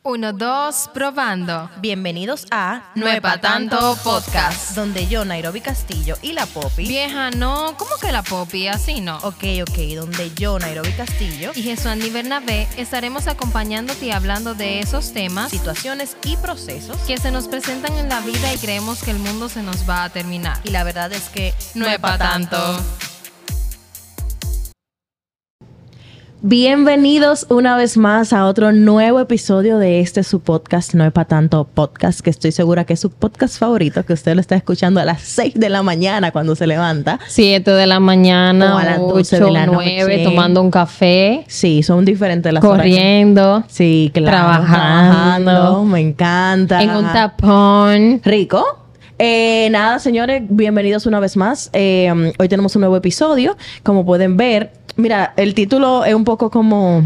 1, 2, probando. Bienvenidos a No es pa' tanto podcast. donde yo, Nairobi Castillo y la Poppy. Vieja, no, ¿cómo que la Poppy? Así no. Ok, donde yo, Nairobi Castillo, Y Jesuandy Bernabé estaremos acompañándote y hablando de esos temas situaciones y procesos. que se nos presentan en la vida y creemos que el mundo se nos va a terminar. Y la verdad es que No es pa' tanto. Bienvenidos una vez más a otro nuevo episodio de su podcast, No es pa' tanto podcast, que estoy segura que es su podcast favorito, que usted lo está escuchando a las 6 de la mañana cuando se levanta. 7 de la mañana, O a las 12 8, de la 9, noche. tomando un café, Sí, son diferentes las horas. corriendo, Sí, claro. trabajando. Me encanta. en un tapón. Rico. Nada, señores, bienvenidos una vez más. Hoy tenemos un nuevo episodio. Como pueden ver, mira, el título es un poco como...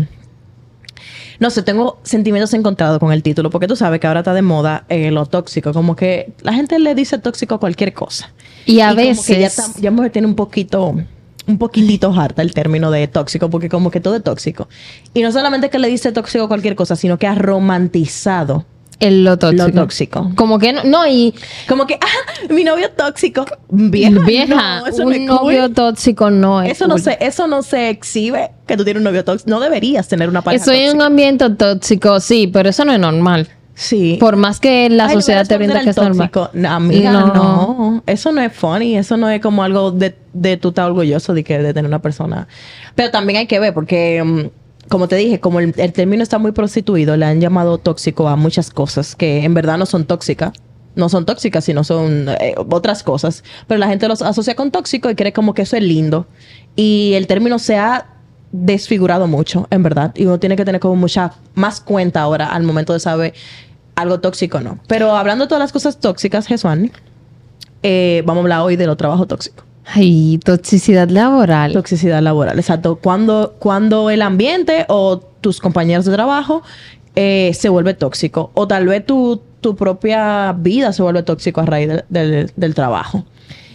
No sé, tengo sentimientos encontrados con el título, porque tú sabes que ahora está de moda lo tóxico. Como que la gente le dice tóxico a cualquier cosa. Y a como veces... que ya me tiene un poquitito harta el término de tóxico, porque como que todo es tóxico. Y no solamente que le dice tóxico a cualquier cosa, sino que ha romantizado Lo tóxico. lo tóxico. Como que no, y Como que, mi novio tóxico. Vieja, no, eso un no es novio cool. tóxico no es Eso no se exhibe que tú tienes un novio tóxico. No deberías tener una pareja Estoy en un tóxica. ambiente tóxico, sí, pero eso no es normal. Sí. Por más que la Ay, sociedad te deberías brinda que es conocer al normal. tóxico. No, amiga, No. no. Eso no es funny. Eso no es como algo de tú estar orgulloso de tener una persona. Pero también hay que ver porque... como te dije, como el término está muy prostituido, le han llamado tóxico a muchas cosas que en verdad no son tóxicas. No son tóxicas, sino son otras cosas. Pero la gente los asocia con tóxico y cree como que eso es lindo. Y el término se ha desfigurado mucho, en verdad. Y uno tiene que tener como mucha más cuenta ahora al momento de saber algo tóxico o no. Pero hablando de todas las cosas tóxicas, Jesuán, vamos a hablar hoy de los trabajos tóxicos. Ay, toxicidad laboral. Toxicidad laboral, exacto. Cuando el ambiente o tus compañeros de trabajo se vuelve tóxico. O tal vez tu propia vida se vuelve tóxico a raíz del trabajo.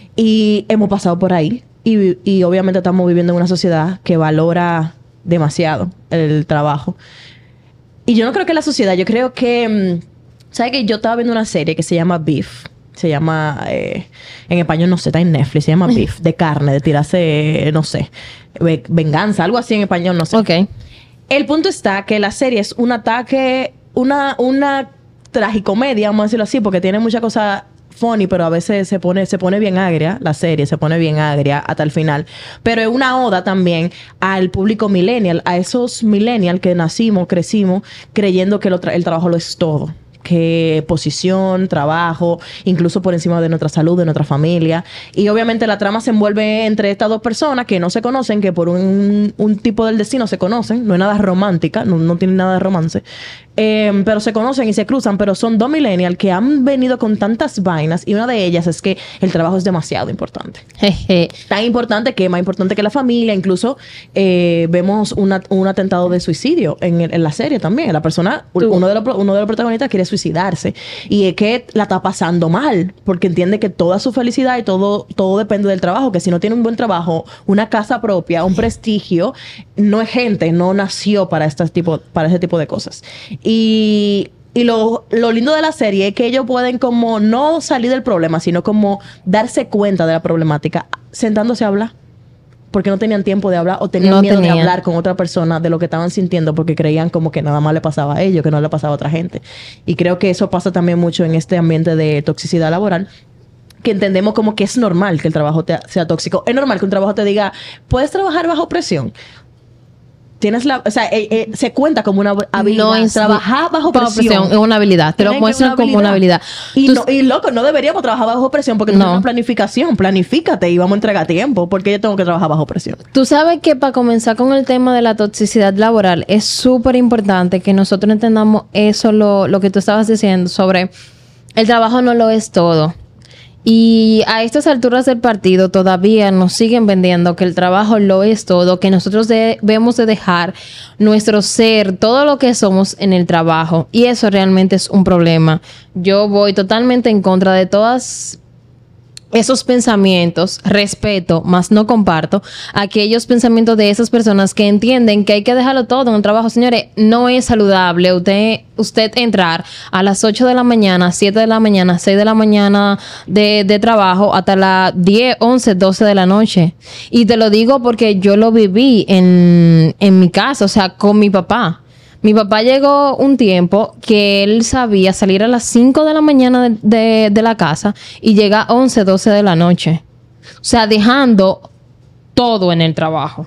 Y hemos pasado por ahí. Y obviamente estamos viviendo en una sociedad que valora demasiado el trabajo. Y yo no creo que la sociedad, yo creo que... ¿sabes qué? Yo estaba viendo una serie que se llama Beef. Se llama, en español no sé, está en Netflix, se llama Beef, de carne, de tirarse, no sé, venganza, algo así en español, no sé. Ok. El punto está que la serie es un ataque, una tragicomedia, vamos a decirlo así, porque tiene muchas cosas funny, pero a veces se pone bien agria, la serie se pone bien agria hasta el final. Pero es una oda también al público millennial, a esos millennials que crecimos creyendo que el trabajo lo es todo. Que posición, trabajo, incluso por encima de nuestra salud, de nuestra familia. Y obviamente la trama se envuelve entre estas dos personas que no se conocen, que por un tipo del destino se conocen. No es nada romántica, no tiene nada de romance. Pero se conocen y se cruzan, pero son dos millennials que han venido con tantas vainas y una de ellas es que el trabajo es demasiado importante. Jeje. Tan importante que más importante que la familia. Incluso vemos un atentado de suicidio en la serie también. La persona, uno de los protagonistas quiere suicidarse y es que la está pasando mal porque entiende que toda su felicidad y todo depende del trabajo, que si no tiene un buen trabajo, una casa propia, un prestigio, no es gente, no nació para ese tipo de cosas. Y lo lindo de la serie es que ellos pueden como no salir del problema, sino como darse cuenta de la problemática sentándose a hablar. Porque no tenían tiempo de hablar o tenían miedo de hablar con otra persona de lo que estaban sintiendo porque creían como que nada más le pasaba a ellos, que no le pasaba a otra gente. Y creo que eso pasa también mucho en este ambiente de toxicidad laboral, que entendemos como que es normal que el trabajo sea tóxico. Es normal que un trabajo te diga, ¿puedes trabajar bajo presión? Se cuenta como una habilidad. No es trabajar bajo presión. Es una habilidad. Te lo muestran como una habilidad. Y loco, no deberíamos trabajar bajo presión porque no tenemos planificación. Planifícate y vamos a entregar tiempo. Porque yo tengo que trabajar bajo presión. Tú sabes que para comenzar con el tema de la toxicidad laboral es súper importante que nosotros entendamos eso, lo que tú estabas diciendo sobre el trabajo no lo es todo. Y a estas alturas del partido todavía nos siguen vendiendo que el trabajo lo es todo, que nosotros debemos de dejar nuestro ser, todo lo que somos en el trabajo. Y eso realmente es un problema. Yo voy totalmente en contra de todas esos pensamientos, respeto, más no comparto aquellos pensamientos de esas personas que entienden que hay que dejarlo todo en el trabajo. Señores, no es saludable usted entrar a las 8 de la mañana, 7 de la mañana, 6 de la mañana de trabajo hasta las 10, 11, 12 de la noche. Y te lo digo porque yo lo viví en mi casa, o sea, con mi papá. Mi papá llegó un tiempo que él sabía salir a las 5 de la mañana de la casa y llega a 11, 12 de la noche. O sea, dejando todo en el trabajo.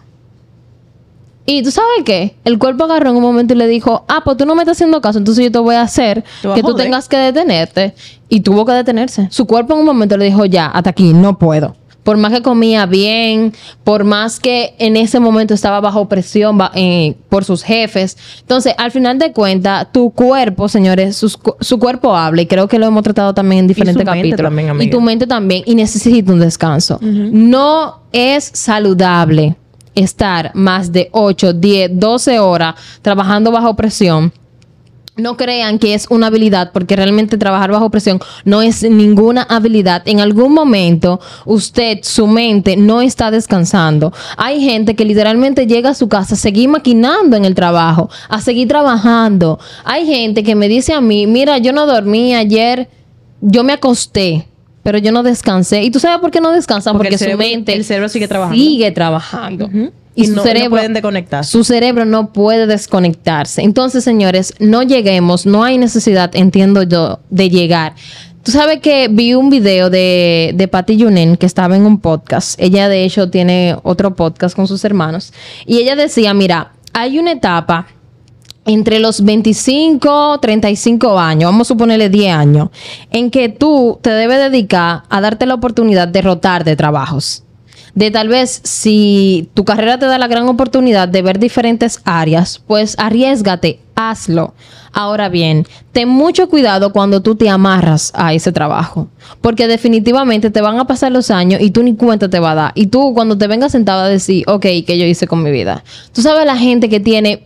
Y ¿tú sabes qué? El cuerpo agarró en un momento y le dijo, pues tú no me estás haciendo caso, entonces yo te voy a hacer que tú tengas que detenerte. Y tuvo que detenerse. Su cuerpo en un momento le dijo, ya, hasta aquí, no puedo. Por más que comía bien, por más que en ese momento estaba bajo presión por sus jefes. Entonces, al final de cuentas, tu cuerpo, señores, su cuerpo habla. Y creo que lo hemos tratado también en diferentes capítulos. También, y tu mente también. Y necesita un descanso. No es saludable estar más de 8, 10, 12 horas trabajando bajo presión. No crean que es una habilidad, porque realmente trabajar bajo presión no es ninguna habilidad. En algún momento, su mente no está descansando. Hay gente que literalmente llega a su casa a seguir maquinando en el trabajo, a seguir trabajando. Hay gente que me dice a mí, mira, yo no dormí ayer, yo me acosté, pero yo no descansé. ¿Y tú sabes por qué no descansan? Porque su mente... El cerebro sigue trabajando. Sigue trabajando. Y su cerebro, no pueden desconectar. Su cerebro no puede desconectarse. Entonces, señores, no lleguemos, no hay necesidad, entiendo yo, de llegar. Tú sabes que vi un video de Patty Yunen que estaba en un podcast. Ella, de hecho, tiene otro podcast con sus hermanos. Y ella decía, mira, hay una etapa entre los 25, 35 años, vamos a suponerle 10 años, en que tú te debes dedicar a darte la oportunidad de rotar de trabajos. De tal vez, si tu carrera te da la gran oportunidad de ver diferentes áreas, pues arriésgate, hazlo. Ahora bien, ten mucho cuidado cuando tú te amarras a ese trabajo, porque definitivamente te van a pasar los años y tú ni cuenta te va a dar. Y tú, cuando te vengas sentado a decir, ok, ¿qué yo hice con mi vida? Tú sabes la gente que tiene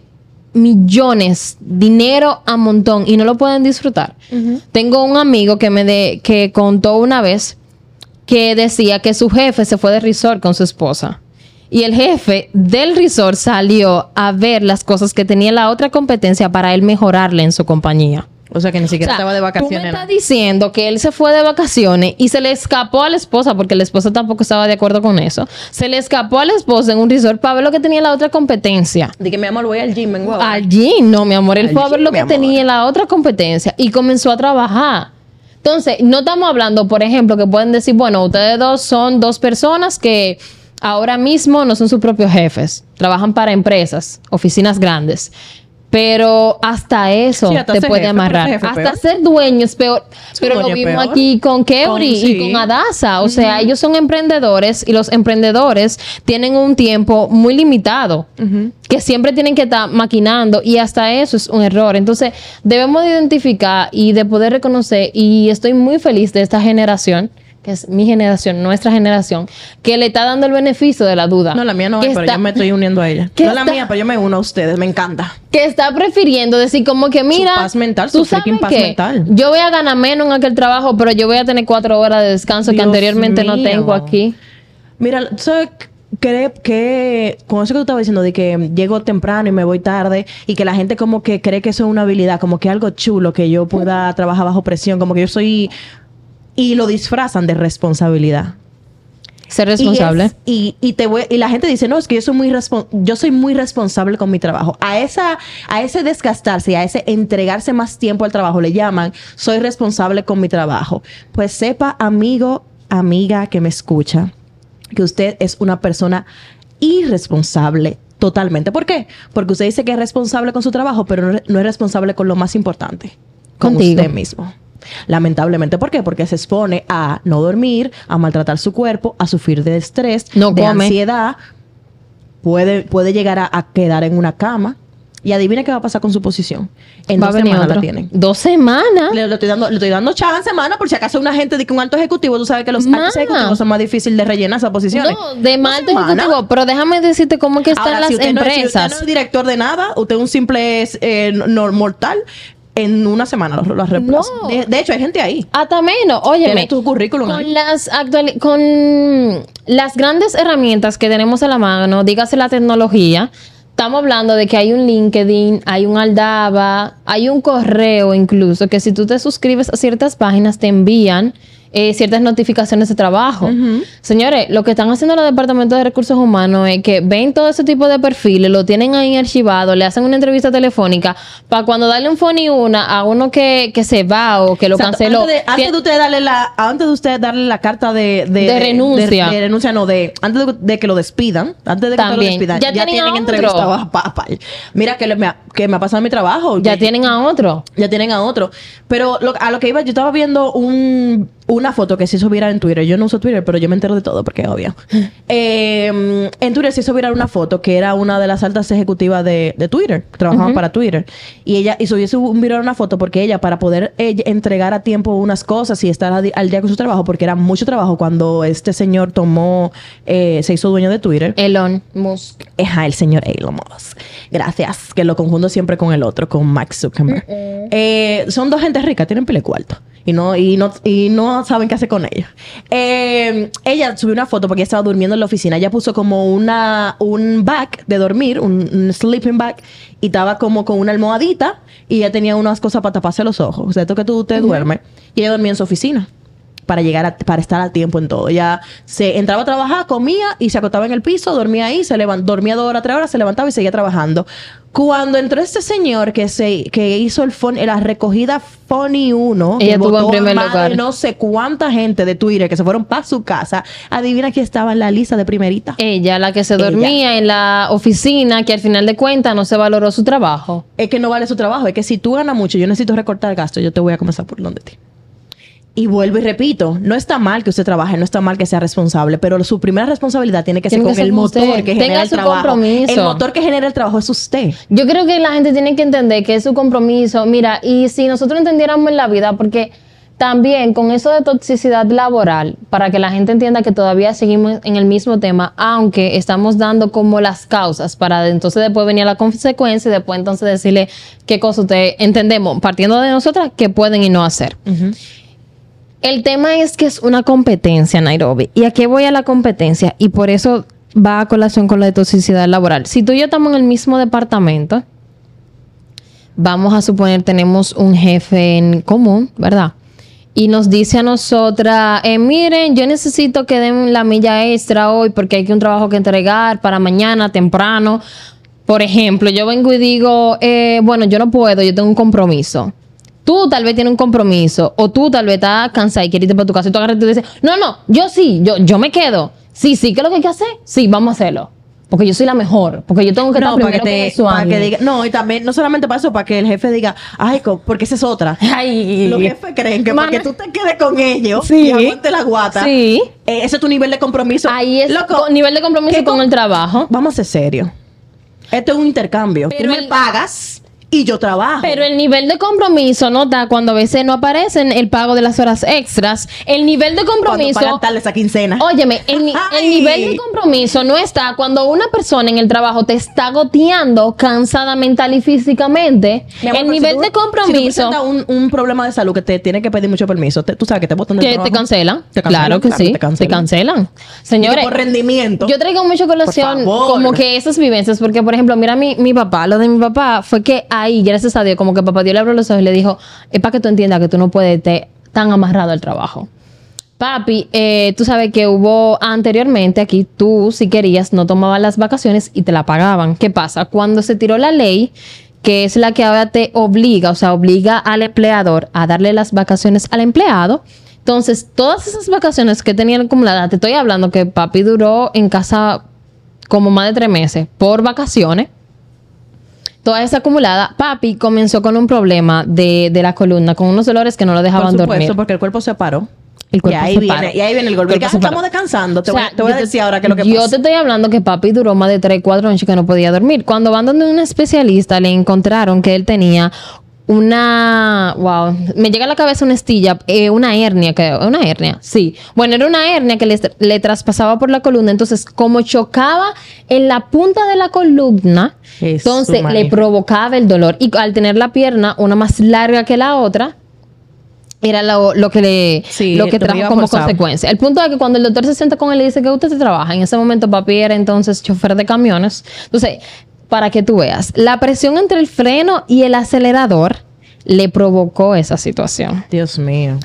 millones, dinero a montón y no lo pueden disfrutar. Tengo un amigo que contó una vez que decía que su jefe se fue de resort con su esposa. Y el jefe del resort salió a ver las cosas que tenía la otra competencia para él mejorarle en su compañía. O sea, que ni siquiera estaba de vacaciones. Tú me estás diciendo que él se fue de vacaciones y se le escapó a la esposa, porque la esposa tampoco estaba de acuerdo con eso. Se le escapó a la esposa en un resort para ver lo que tenía la otra competencia. De que mi amor, voy al gym, vengo ahora. Al gym, no, mi amor. Él fue a ver lo que tenía la otra competencia y comenzó a trabajar. Entonces, no estamos hablando, por ejemplo, que pueden decir, bueno, ustedes dos son dos personas que ahora mismo no son sus propios jefes. Trabajan para empresas, oficinas grandes. Pero hasta eso te puede amarrar. Hasta ser dueño es peor. Pero lo vimos aquí con Keuri y con Adasa. O sea, ellos son emprendedores y los emprendedores tienen un tiempo muy limitado. Que siempre tienen que estar maquinando y hasta eso es un error. Entonces, debemos de identificar y de poder reconocer, y estoy muy feliz de esta generación, que es mi generación, nuestra generación, que le está dando el beneficio de la duda. No, la mía no es, pero yo me estoy uniendo a ella. No la mía, pero yo me uno a ustedes, me encanta. Que está prefiriendo decir como que, mira, su paz mental, su freaking paz mental. Yo voy a ganar menos en aquel trabajo, pero yo voy a tener 4 horas de descanso que anteriormente no tengo aquí. Mira, ¿sabes? Que con eso que tú estabas diciendo de que llego temprano y me voy tarde y que la gente como que cree que eso es una habilidad, como que algo chulo que yo pueda trabajar bajo presión, como que yo soy... Y lo disfrazan de responsabilidad. Ser responsable. Y la gente dice, no, es que yo soy muy responsable con mi trabajo. A ese desgastarse y a ese entregarse más tiempo al trabajo le llaman, soy responsable con mi trabajo. Pues sepa, amigo, amiga que me escucha, que usted es una persona irresponsable totalmente. ¿Por qué? Porque usted dice que es responsable con su trabajo, pero no es responsable con lo más importante, con usted mismo. Lamentablemente. ¿Por qué? Porque se expone a no dormir, a maltratar su cuerpo, a sufrir de estrés, de ansiedad. Puede llegar a quedar en una cama. Y adivina qué va a pasar con su posición. En 2 semanas la tienen. 2 semanas. Le estoy dando chance, semana, por si acaso una gente de que un alto ejecutivo, tú sabes que los altos ejecutivos son más difíciles de rellenar esas posiciones. No, de más alto ejecutivo. Pero déjame decirte cómo es que están las empresas. Si usted no es director de nada, usted es un simple mortal, en una semana los reemplazan. No. De hecho, hay gente ahí. Hasta menos. Óyeme. Tiene tu currículum Con ahí. con las grandes herramientas que tenemos a la mano, dígase la tecnología, estamos hablando de que hay un LinkedIn, hay un Aldaba, hay un correo incluso, que si tú te suscribes a ciertas páginas te envían ciertas notificaciones de trabajo. Señores, lo que están haciendo los departamentos de recursos humanos es que ven todo ese tipo de perfiles, lo tienen ahí archivado, le hacen una entrevista telefónica para cuando darle un phone y una a uno que se va o que lo Exacto. canceló. Antes de usted darle la carta de renuncia. De renuncia, no, antes de que lo despidan, antes de que También. te lo despidan, Ya ya tienen a tienen otro. entrevistado a papá. Mira que me ha pasado en mi trabajo. Ya tienen a otro. Ya tienen a otro. Pero a lo que iba, yo estaba viendo una foto que se hizo viral en Twitter. Yo no uso Twitter, pero yo me entero de todo porque es obvio. En Twitter se hizo viral una foto que era una de las altas ejecutivas de Twitter. Trabajaba para Twitter. Y subió viral una foto porque ella, para poder entregar a tiempo unas cosas y estar al día con su trabajo, porque era mucho trabajo cuando este señor se hizo dueño de Twitter. Elon Musk. El señor Elon Musk. Gracias. Que lo confundo siempre con el otro, con Max Zuckerberg. Son dos gente ricas, tienen pile cuarto. Y no saben qué hacer con ella. Ella subió una foto porque ella estaba durmiendo en la oficina. Ella puso como un bag de dormir, un sleeping bag, y estaba como con una almohadita y ella tenía unas cosas para taparse los ojos. O sea, esto que tú te duermes. Y ella dormía en su oficina para estar a tiempo en todo. Ella se entraba a trabajar, comía y se acostaba en el piso, dormía ahí, dormía 2 horas, 3 horas, se levantaba y seguía trabajando. Cuando entró este señor que hizo la recogida Funny 1, ella que tuvo en votó primer más lugar. de no sé cuánta gente de Twitter que se fueron para su casa, adivina quién estaba en la lista de primerita. Ella, la que se dormía en la oficina, que al final de cuentas no se valoró su trabajo. Es que no vale su trabajo. Es que si tú ganas mucho, yo necesito recortar gastos, yo te voy a comenzar por donde ti. Y vuelvo y repito, no está mal que usted trabaje, no está mal que sea responsable, pero su primera responsabilidad tiene que ser con el motor que genera el trabajo. Compromiso. El motor que genera el trabajo es usted. Yo creo que la gente tiene que entender que es su compromiso. Mira, y si nosotros entendiéramos en la vida, porque también con eso de toxicidad laboral, para que la gente entienda que todavía seguimos en el mismo tema, aunque estamos dando como las causas, para entonces después venir la consecuencia y después entonces decirle qué cosa usted entendemos, partiendo de nosotras, que pueden y no hacer. El tema es que es una competencia, Nairobi. ¿Y a qué voy a la competencia? Y por eso va a colación con la de toxicidad laboral. Si tú y yo estamos en el mismo departamento, vamos a suponer tenemos un jefe en común, ¿verdad? Y nos dice a nosotras, miren, yo necesito que den la milla extra hoy porque hay un trabajo que entregar para mañana temprano. Por ejemplo, yo vengo y digo, bueno, yo no puedo, yo tengo un compromiso. Tú tal vez tienes un compromiso o tú tal vez estás cansada y quieres irte para tu casa y tú agarras y te dices, no, yo sí, yo me quedo. Sí, ¿qué es lo que hay que hacer? Sí, vamos a hacerlo. Porque yo soy la mejor. Porque yo tengo que estar primero que su para que diga, no, y también, no solamente para eso, para que el jefe diga, ay, porque esa es otra. Ay. Los jefes creen que porque tú te quedes con ellos Sí. y aguante la guata, Sí. ese es tu nivel de compromiso. Ahí es Loco, nivel de compromiso con el trabajo. Vamos a ser serios. Esto es un intercambio. Pero Tú me pagas y yo trabajo. Pero el nivel de compromiso no está cuando a veces no aparecen el pago de las horas extras. El nivel de compromiso... Cuando pagan tarde esa quincena. Óyeme, el nivel de compromiso no está cuando una persona en el trabajo te está goteando cansada mental y físicamente. Mi amor, El pero nivel de Si tú compromiso... presentas un problema de salud que te tiene que pedir mucho permiso, tú sabes que te botan del Que trabajo. te cancelan. Te cancelan, Claro que claro sí. que Te cancelan. Señores, Y por rendimiento. yo traigo mucho colación Por favor. como que esas vivencias, porque por ejemplo, mira mi papá, lo de mi papá fue que ahí, gracias a Dios, como que papá Dios le abrió los ojos y le dijo, es para que tú entiendas que tú no puedes estar tan amarrado al trabajo. Papi, tú sabes que hubo anteriormente aquí, tú si querías no tomabas las vacaciones y te la pagaban. ¿Qué pasa? Cuando se tiró la ley, que es la que ahora te obliga, o sea, obliga al empleador a darle las vacaciones al empleado. Entonces, todas esas vacaciones que tenían acumuladas, te estoy hablando que papi duró en casa como más de 3 meses por vacaciones. Toda esa acumulada, papi comenzó con un problema de la columna, con unos dolores que no lo dejaban Por supuesto, dormir. porque el cuerpo se paró. El cuerpo y ahí se viene, paró. y ahí viene el golpe. El cuerpo se Estamos paró. descansando. Te O sea, voy a yo decir ahora qué es lo que yo pasa. te estoy hablando que papi duró más de 3, 4 noches que no podía dormir. Cuando van donde un especialista le encontraron que él tenía wow, me llega a la cabeza una estilla, una hernia, sí. Bueno, era una hernia que le traspasaba por la columna, entonces como chocaba en la punta de la columna, entonces le provocaba el dolor. Y al tener la pierna una más larga que la otra, era lo que trajo como consecuencia. El punto es que cuando el doctor se sienta con él y dice que usted se trabaja, en ese momento papi era entonces chofer de camiones. Entonces, para que tú veas, la presión entre el freno y el acelerador le provocó esa situación. Dios mío.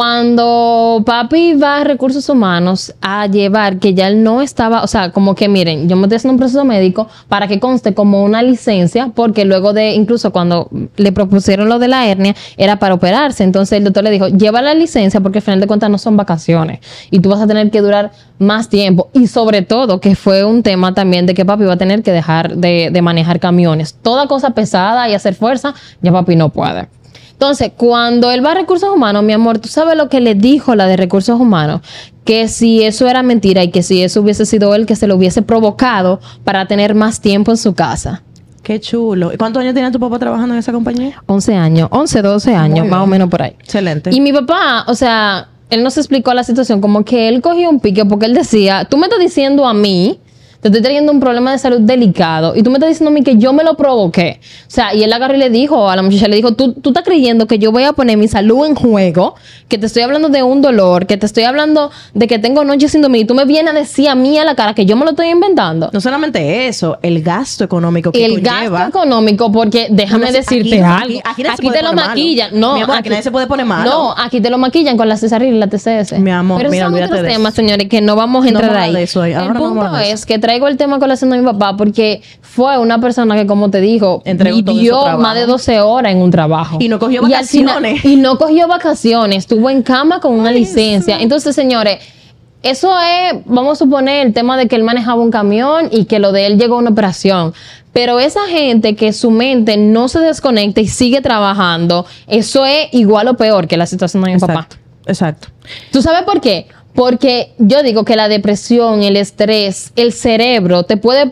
Cuando papi va a recursos humanos a llevar que ya él no estaba, o sea, como que miren, yo me estoy haciendo un proceso médico para que conste como una licencia, porque luego de, incluso cuando le propusieron lo de la hernia, era para operarse. Entonces el doctor le dijo, lleva la licencia porque al final de cuentas no son vacaciones y tú vas a tener que durar más tiempo. Y sobre todo que fue un tema también de que papi va a tener que dejar de manejar camiones. Toda cosa pesada y hacer fuerza, ya papi no puede. Entonces, cuando él va a recursos humanos, mi amor, ¿tú sabes lo que le dijo la de recursos humanos? Que si eso era mentira y que si eso hubiese sido él que se lo hubiese provocado para tener más tiempo en su casa. Qué chulo. ¿Y cuántos años tiene tu papá trabajando en esa compañía? 11 años, 11, 12 años, más o menos por ahí. Excelente. Y mi papá, o sea, él nos explicó la situación como que él cogió un pique porque él decía, tú me estás diciendo a mí, te estoy trayendo un problema de salud delicado y tú me estás diciendo a mí que yo me lo provoqué. O sea, y él agarró y le dijo a la muchacha, le dijo, tú estás creyendo que yo voy a poner mi salud en juego, que te estoy hablando de un dolor, que te estoy hablando de que tengo noches sin dormir y tú me vienes a decir a mí a la cara que yo me lo estoy inventando. No solamente eso, el gasto económico que conlleva. El gasto económico, porque déjame decirte algo. Aquí te lo maquillan. No, mi amor, aquí nadie se puede poner malo. No, aquí te lo maquillan con la cesarina y la TCS. Mi amor, pero mira, son olvídate otros de temas, eso. señores, que no vamos a entrar No ahí. de eso hoy. Ahora El no vamos a punto hablar de es que traigo el tema con la de mi papá porque fue una persona que, como te dijo, vivió más de 12 horas en un trabajo. Y no cogió vacaciones. Y no cogió vacaciones. Estuvo en cama con una licencia. Entonces, señores, eso es, vamos a suponer, el tema de que él manejaba un camión y que lo de él llegó a una operación. Pero esa gente que su mente no se desconecta y sigue trabajando, eso es igual o peor que la situación de mi papá. Exacto. ¿Tú sabes por qué? Porque yo digo que la depresión, el estrés, el cerebro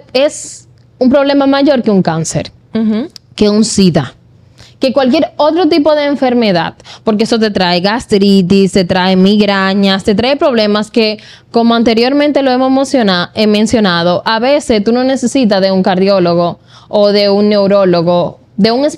es un problema mayor que un cáncer, que un SIDA, que cualquier otro tipo de enfermedad, porque eso te trae gastritis, te trae migrañas, te trae problemas que, como anteriormente lo hemos mencionado, a veces tú no necesitas de un cardiólogo o de un neurólogo, de un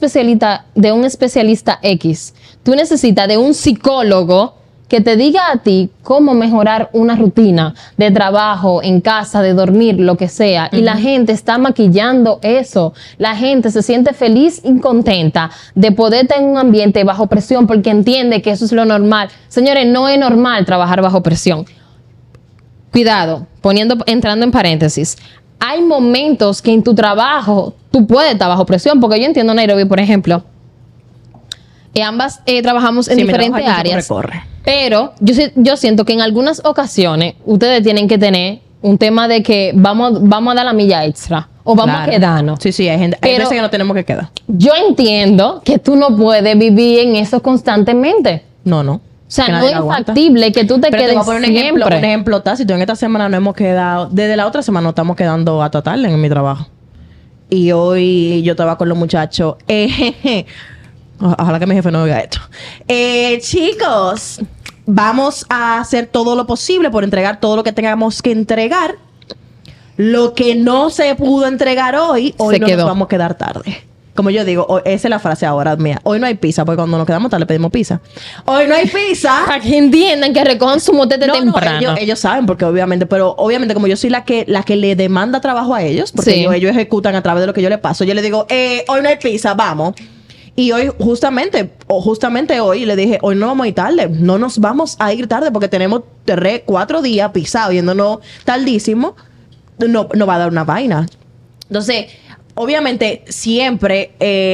especialista X. Tú necesitas de un psicólogo que te diga a ti cómo mejorar una rutina de trabajo, en casa, de dormir, lo que sea. Y la gente está maquillando eso. La gente se siente feliz y contenta de poder tener un ambiente bajo presión porque entiende que eso es lo normal. Señores, no es normal trabajar bajo presión. Cuidado, entrando en paréntesis. Hay momentos que en tu trabajo tú puedes estar bajo presión, porque yo entiendo Nairobi, por ejemplo. Ambas trabajamos en diferentes áreas. Pero yo siento que en algunas ocasiones ustedes tienen que tener un tema de que vamos a dar la milla extra o vamos a quedarnos. Sí, hay veces que no tenemos que quedar. Yo entiendo que tú no puedes vivir en eso constantemente. No. O sea, no es factible que tú te quedes te voy a poner siempre. un ejemplo tácito. En esta semana no hemos quedado, desde la otra semana nos estamos quedando a total en mi trabajo. Y hoy yo estaba con los muchachos. Ojalá que mi jefe no oiga esto. Chicos, vamos a hacer todo lo posible por entregar todo lo que tengamos que entregar. Lo que no se pudo entregar hoy no nos vamos a quedar tarde. Como yo digo, esa es la frase ahora mía. Hoy no hay pizza, porque cuando nos quedamos tarde pedimos pizza. Hoy no hay pizza. Para que entiendan que recojan su motete temprano. No, ellos saben, porque obviamente como yo soy la que le demanda trabajo a ellos, porque ellos ejecutan a través de lo que yo les paso. Yo les digo, hoy no hay pizza, vamos. Y hoy, justamente hoy, le dije, hoy no vamos a ir tarde. No nos vamos a ir tarde porque tenemos 4 días pisados yéndonos tardísimo. No va a dar una vaina. Entonces, obviamente, siempre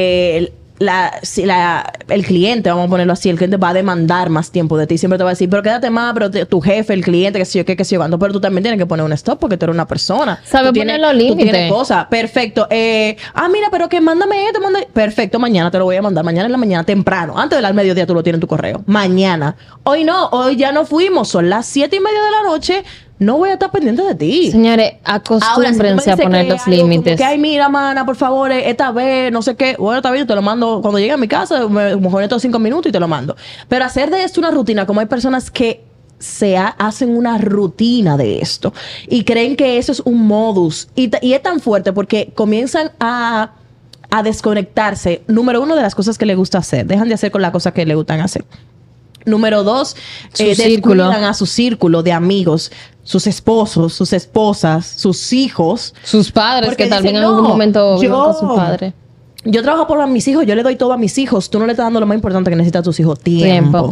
el cliente, vamos a ponerlo así, el cliente va a demandar más tiempo de ti. Siempre te va a decir, pero quédate más, pero tu jefe, el cliente, qué sé yo, cuándo. Pero tú también tienes que poner un stop porque tú eres una persona. ¿Sabes poner los límites? Tú tienes cosas. Perfecto. Mira, pero que mándame esto, Perfecto, mañana te lo voy a mandar. Mañana en la mañana, temprano. Antes del mediodía tú lo tienes en tu correo. Mañana. Hoy no, hoy ya no fuimos. Son las 7:30 de la noche. no voy a estar pendiente de ti. Señores, Ahora, si tú me acostúmbrense a dices poner que los algo como límites. que, ay, mira, mana, por favor, esta vez, no sé qué. Bueno, está bien, te lo mando cuando llegue a mi casa, me conecto 5 minutos y te lo mando. Pero hacer de esto una rutina, como hay personas que hacen una rutina de esto y creen que eso es un modus. Y es tan fuerte porque comienzan a desconectarse. Número uno, de las cosas que les gusta hacer. Dejan de hacer con las cosas que les gustan hacer. Número dos, Su círculo. descuidan a su círculo de amigos, sus esposos, sus esposas, sus hijos. Sus padres, Porque que tal vez dicen, en algún no, momento vivan con su padre. Yo trabajo por mis hijos, yo le doy todo a mis hijos. Tú no le estás dando lo más importante que necesitan tus hijos, tiempo.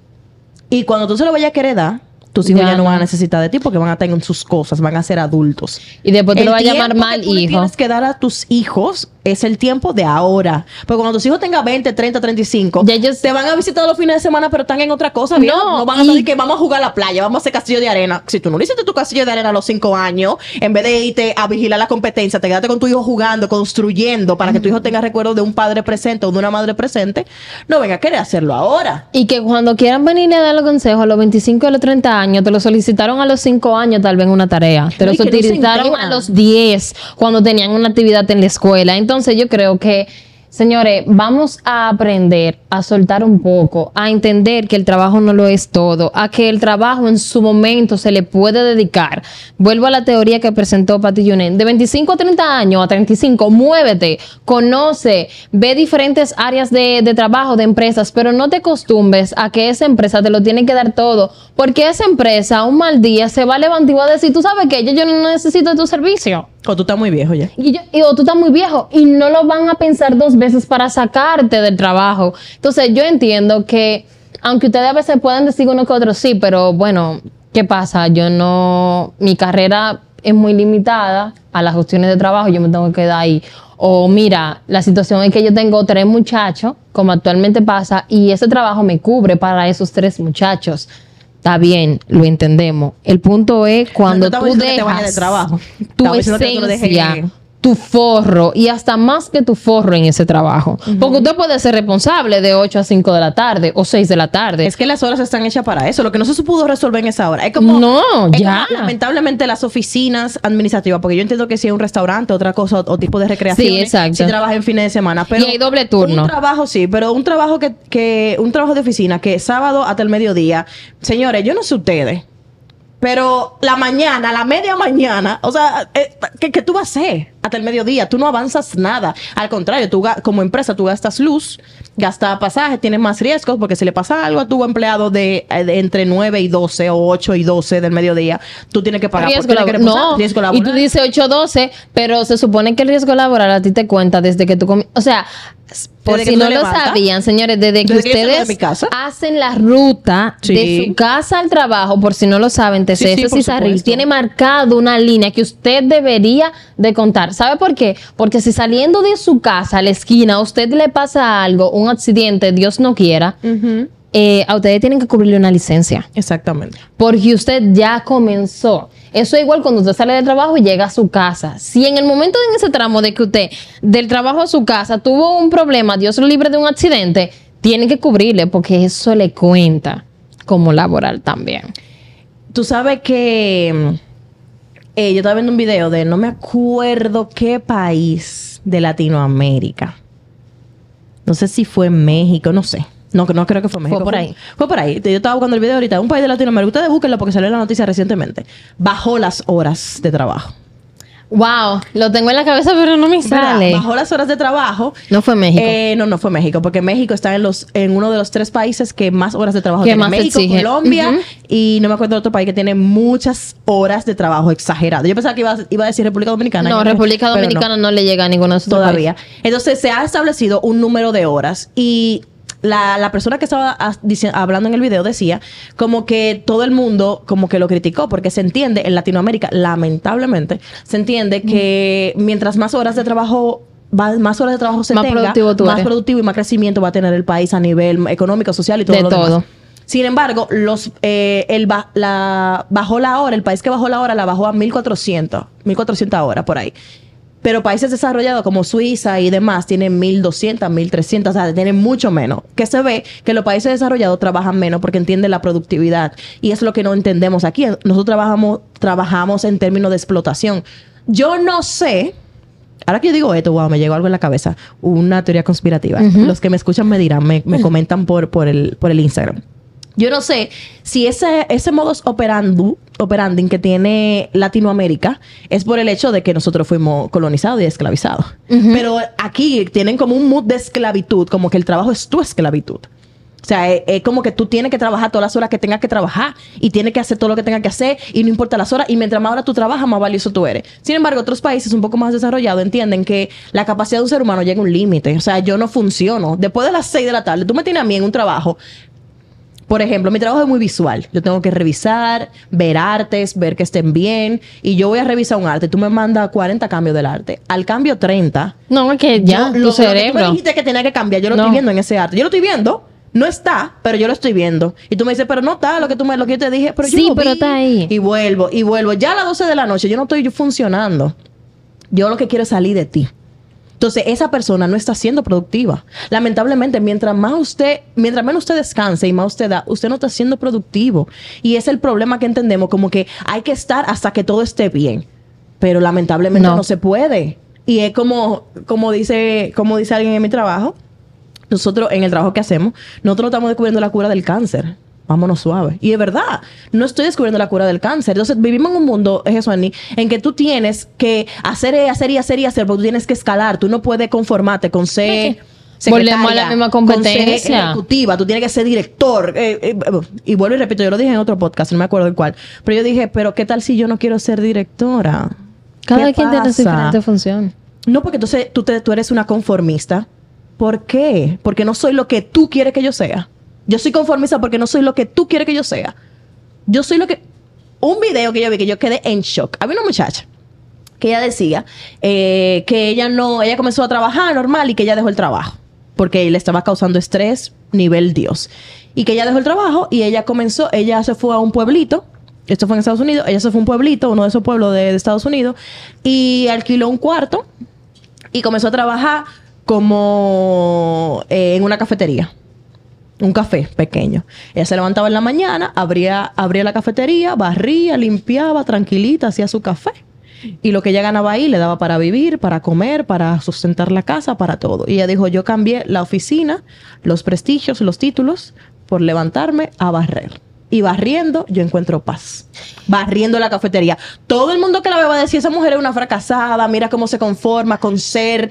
Y cuando tú se lo vayas a querer dar, tus hijos ya no van a necesitar de ti porque van a tener sus cosas, van a ser adultos. Y después te lo va a El llamar tiempo mal que tú le hijo. tienes que dar a tus hijos es el tiempo de ahora. Porque cuando tus hijos tengan 20, 30, 35, Ya ellos- te van a visitar los fines de semana, pero están en otra cosa. Mira, No, no van a decir que vamos a jugar a la playa, vamos a hacer castillo de arena. Si tú no le hiciste tu castillo de arena a los 5 años, en vez de irte a vigilar la competencia, te quedaste con tu hijo jugando, construyendo, para que tu hijo tenga recuerdos de un padre presente o de una madre presente, no venga a querer hacerlo ahora. Y que cuando quieran venirle a dar los consejos a los 25 y a los 30 años, te lo solicitaron a los 5 años, tal vez en una tarea. Te No, lo y que no se solicitaron a enteran. los 10, cuando tenían una actividad en la escuela. Entonces yo creo que, señores, vamos a aprender a soltar un poco, a entender que el trabajo no lo es todo, a que el trabajo en su momento se le puede dedicar. Vuelvo a la teoría que presentó Pati Yunen. De 25 a 30 años, a 35, muévete, conoce, ve diferentes áreas de trabajo, de empresas, pero no te acostumbres a que esa empresa te lo tiene que dar todo, porque esa empresa, un mal día, se va a levantar y va a decir, tú sabes que yo no necesito tu servicio. O tú estás muy viejo ya. O tú estás muy viejo y no lo van a pensar 2 veces para sacarte del trabajo. Entonces yo entiendo que, aunque ustedes a veces puedan decir uno que otro, sí, pero bueno, ¿qué pasa? Mi carrera es muy limitada a las cuestiones de trabajo, yo me tengo que quedar ahí. O mira, la situación es que yo tengo 3 muchachos, como actualmente pasa, y ese trabajo me cubre para esos 3 muchachos. Está bien, lo entendemos. El punto es cuando No te tú estamos diciendo que te vayas dejas de trabajo. tu Estamos diciendo que tú lo dejes esencia, tu forro y hasta más que tu forro en ese trabajo. Porque usted puede ser responsable de 8 a 5 de la tarde o 6 de la tarde. Es que las horas están hechas para eso. Lo que no se pudo resolver en esa hora. Es como. No, es ya. como, lamentablemente, las oficinas administrativas, porque yo entiendo que si es un restaurante, otra cosa, o tipo de recreación. Sí, exacto. Si trabajas en fines de semana. Pero Y hay doble turno. Un trabajo, sí, pero un trabajo un trabajo de oficina que sábado hasta el mediodía. Señores, yo no sé ustedes. Pero la mañana, la media mañana, o sea, ¿qué tú vas a hacer hasta el mediodía? Tú no avanzas nada. Al contrario, tú como empresa, tú gastas luz, gastas pasaje, tienes más riesgos, porque si le pasa algo a tu empleado de entre 9 y 12 o 8 y 12 del mediodía, tú tienes que pagar. Riesgo Tienes que laboral. reposar, No, riesgo y laboral. tú dices 8-12, pero se supone que el riesgo laboral a ti te cuenta desde que tú... O sea, por Desde si que tú no te lo levantas. sabían, señores, desde que Desde que yo salgo de ustedes mi casa. hacen la ruta Sí. de su casa al trabajo, por si no lo saben, Sí, sí, TCS por Cisarril supuesto. tiene marcado una línea que usted debería de contar. ¿Sabe por qué? Porque si saliendo de su casa a la esquina a usted le pasa algo, un accidente, Dios no quiera, Ujú. a ustedes tienen que cubrirle una licencia. Exactamente. Porque usted ya comenzó. Eso es igual cuando usted sale del trabajo y llega a su casa. Si en el momento en ese tramo de que usted del trabajo a su casa tuvo un problema, Dios lo libre de un accidente, tiene que cubrirle porque eso le cuenta como laboral también. Tú sabes que yo estaba viendo un video de no me acuerdo qué país de Latinoamérica. No sé si fue México, no sé. No creo que fue México. por ahí. Fue por ahí. Yo estaba buscando el video ahorita. Un país de Latinoamérica. Ustedes búsquenlo porque salió la noticia recientemente. Bajó las horas de trabajo. Wow, lo tengo en la cabeza pero no me sale. ¿Verdad? Bajó las horas de trabajo. No fue México. No fue México, porque México está en uno de los 3 países que más horas de trabajo Que tiene. más México, exige. Colombia Ujú. y no me acuerdo de otro país que tiene muchas horas de trabajo exageradas. Yo pensaba que iba a decir República Dominicana. No, Ya República pero no, Dominicana no le llega a ninguno de esos todavía. países. Entonces se ha establecido un número de horas y la persona que estaba hablando en el video decía como que todo el mundo como que lo criticó porque se entiende en Latinoamérica, lamentablemente, se entiende que mientras más horas de trabajo más horas de trabajo se Más tenga, productivo tú más eres. productivo y más crecimiento va a tener el país a nivel económico, social y todo De lo todo. demás. Sin embargo, bajó la hora, el país que bajó la hora la bajó a 1.400 horas por ahí. Pero países desarrollados como Suiza y demás tienen 1.200, 1.300, o sea, tienen mucho menos. Que se ve que los países desarrollados trabajan menos porque entienden la productividad. Y es lo que no entendemos aquí. Nosotros trabajamos en términos de explotación. Yo no sé... Ahora que yo digo esto, wow, me llegó algo en la cabeza. Una teoría conspirativa. Los que me escuchan me dirán, me comentan por el Instagram. Yo no sé si ese modus operandi que tiene Latinoamérica es por el hecho de que nosotros fuimos colonizados y esclavizados. Pero aquí tienen como un mood de esclavitud, como que el trabajo es tu esclavitud. O sea, es como que tú tienes que trabajar todas las horas que tengas que trabajar y tienes que hacer todo lo que tengas que hacer y no importa las horas. Y mientras más horas tú trabajas, más valioso tú eres. Sin embargo, otros países un poco más desarrollados entienden que la capacidad de un ser humano llega a un límite. O sea, yo no funciono. Después de las 6 de la tarde, tú me tienes a mí en un trabajo. Por ejemplo, mi trabajo es muy visual. Yo tengo que revisar, ver artes, ver que estén bien. Y yo voy a revisar un arte. Tú me mandas 40 cambios del arte. Al cambio 30... No, es que ya, tu cerebro. Lo que tú me dijiste que tenía que cambiar, yo lo estoy viendo en ese arte. Yo lo estoy viendo. No está, pero yo lo estoy viendo. Y tú me dices, pero no está lo que yo te dije. Pero yo sí, lo pero vi. Está ahí. Y vuelvo. Ya a las 12 de la noche yo no estoy funcionando. Yo lo que quiero es salir de ti. Entonces, esa persona no está siendo productiva. Lamentablemente, mientras menos usted descanse y más usted da, usted no está siendo productivo. Y es el problema que entendemos, como que hay que estar hasta que todo esté bien. Pero lamentablemente no se puede. Y es como dice alguien en mi trabajo, nosotros, en el trabajo que hacemos, nosotros no estamos descubriendo la cura del cáncer. Vámonos suave. Y es verdad, no estoy descubriendo la cura del cáncer. Entonces, vivimos en un mundo, Jesuani, en que tú tienes que hacer, porque tú tienes que escalar. Tú no puedes conformarte con ser secretaria. Volvemos a la misma competencia. Con ser ejecutiva. Tú tienes que ser director. Y vuelvo y repito, yo lo dije en otro podcast, no me acuerdo el cuál. Pero yo dije, pero ¿qué tal si yo no quiero ser directora? Cada quien tiene su diferente función. No, porque entonces tú eres una conformista. ¿Por qué? Porque no soy lo que tú quieres que yo sea. Yo soy conformista porque no soy lo que tú quieres que yo sea. Yo soy lo que... Un video que yo vi que yo quedé en shock. Había una muchacha que ella decía que ella comenzó a trabajar normal y que ella dejó el trabajo porque le estaba causando estrés nivel Dios. Y que ella dejó el trabajo y ella se fue a un pueblito. Esto fue en Estados Unidos. Ella se fue a un pueblito, uno de esos pueblos de Estados Unidos, y alquiló un cuarto y comenzó a trabajar como en una cafetería. Un café pequeño. Ella se levantaba en la mañana, abría la cafetería, barría, limpiaba, tranquilita, hacía su café. Y lo que ella ganaba ahí le daba para vivir, para comer, para sustentar la casa, para todo. Y ella dijo, yo cambié la oficina, los prestigios, los títulos, por levantarme a barrer. Y barriendo, yo encuentro paz. Barriendo la cafetería. Todo el mundo que la ve va a decir, esa mujer es una fracasada, mira cómo se conforma con ser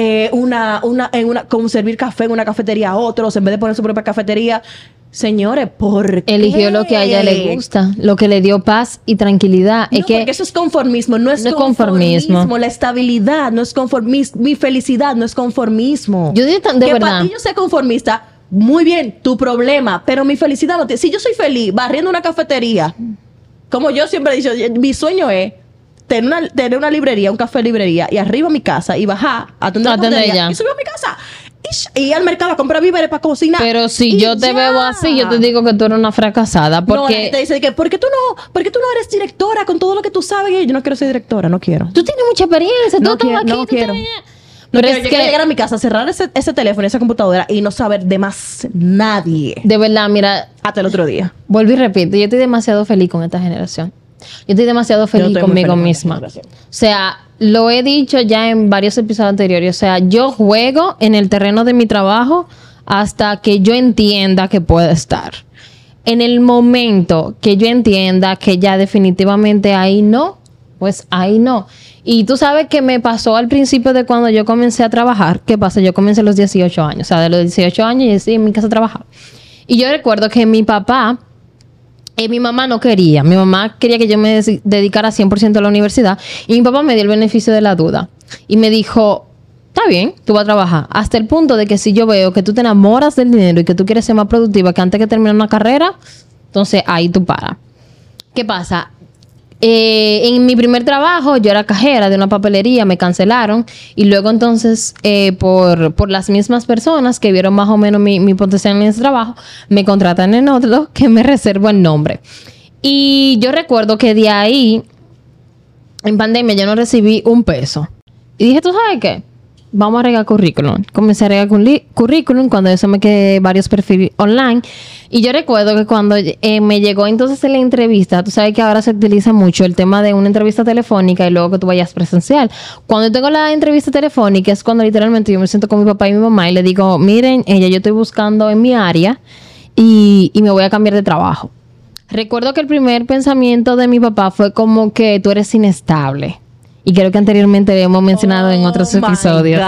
con servir café en una cafetería a otros, en vez de poner su propia cafetería. Señores, ¿por qué? Eligió lo que a ella le gusta, lo que le dio paz y tranquilidad. No, porque eso es conformismo, no es conformismo. La estabilidad no es conformismo. Mi felicidad no es conformismo. Yo digo de verdad. Para ti yo sea conformista, muy bien, tu problema, pero mi felicidad no tiene... Si yo soy feliz barriendo una cafetería, como yo siempre he dicho, mi sueño es tener una librería, un café librería, y arriba a mi casa y bajar a atender la cafetería y subir a mi casa. Y ir al mercado a comprar víveres para cocinar. Pero si yo te veo así, yo te digo que tú eres una fracasada. Porque... No, te dice que ¿por qué tú no eres directora con todo lo que tú sabes? Yo no quiero ser directora, no quiero. Tú tienes mucha experiencia, no quiero. No quiero llegar a mi casa, cerrar ese teléfono, esa computadora y no saber de más nadie. De verdad, mira. Hasta el otro día. Vuelvo y repito, yo estoy demasiado feliz con esta generación. Yo estoy demasiado feliz conmigo misma. O sea, lo he dicho ya en varios episodios anteriores. O sea, yo juego en el terreno de mi trabajo hasta que yo entienda que puedo estar. En el momento que yo entienda que ya definitivamente ahí no, pues ahí no. Y tú sabes que me pasó al principio de cuando yo comencé a trabajar. ¿Qué pasa? Yo comencé a los 18 años. O sea, de los 18 años yo estoy en mi casa trabajando. Y yo recuerdo que mi papá, mi mamá no quería. Mi mamá quería que yo me dedicara 100% a la universidad. Y mi papá me dio el beneficio de la duda. Y me dijo, está bien, tú vas a trabajar. Hasta el punto de que si yo veo que tú te enamoras del dinero y que tú quieres ser más productiva que antes que terminar una carrera, entonces ahí tú paras. ¿Qué pasa? En mi primer trabajo yo era cajera de una papelería, me cancelaron y luego entonces por las mismas personas que vieron más o menos mi potencial en ese trabajo, me contratan en otro que me reservo el nombre. Y yo recuerdo que de ahí en pandemia yo no recibí un peso Y dije, ¿tú sabes qué? Vamos a regar currículum. Comencé a regar currículum, cuando eso me quedé varios perfiles online. Y yo recuerdo que cuando me llegó entonces en la entrevista, tú sabes que ahora se utiliza mucho el tema de una entrevista telefónica y luego que tú vayas presencial. Cuando tengo la entrevista telefónica es cuando literalmente yo me siento con mi papá y mi mamá y le digo, miren, yo estoy buscando en mi área y me voy a cambiar de trabajo. Recuerdo que el primer pensamiento de mi papá fue como que tú eres inestable. Y creo que anteriormente lo hemos mencionado en otros episodios.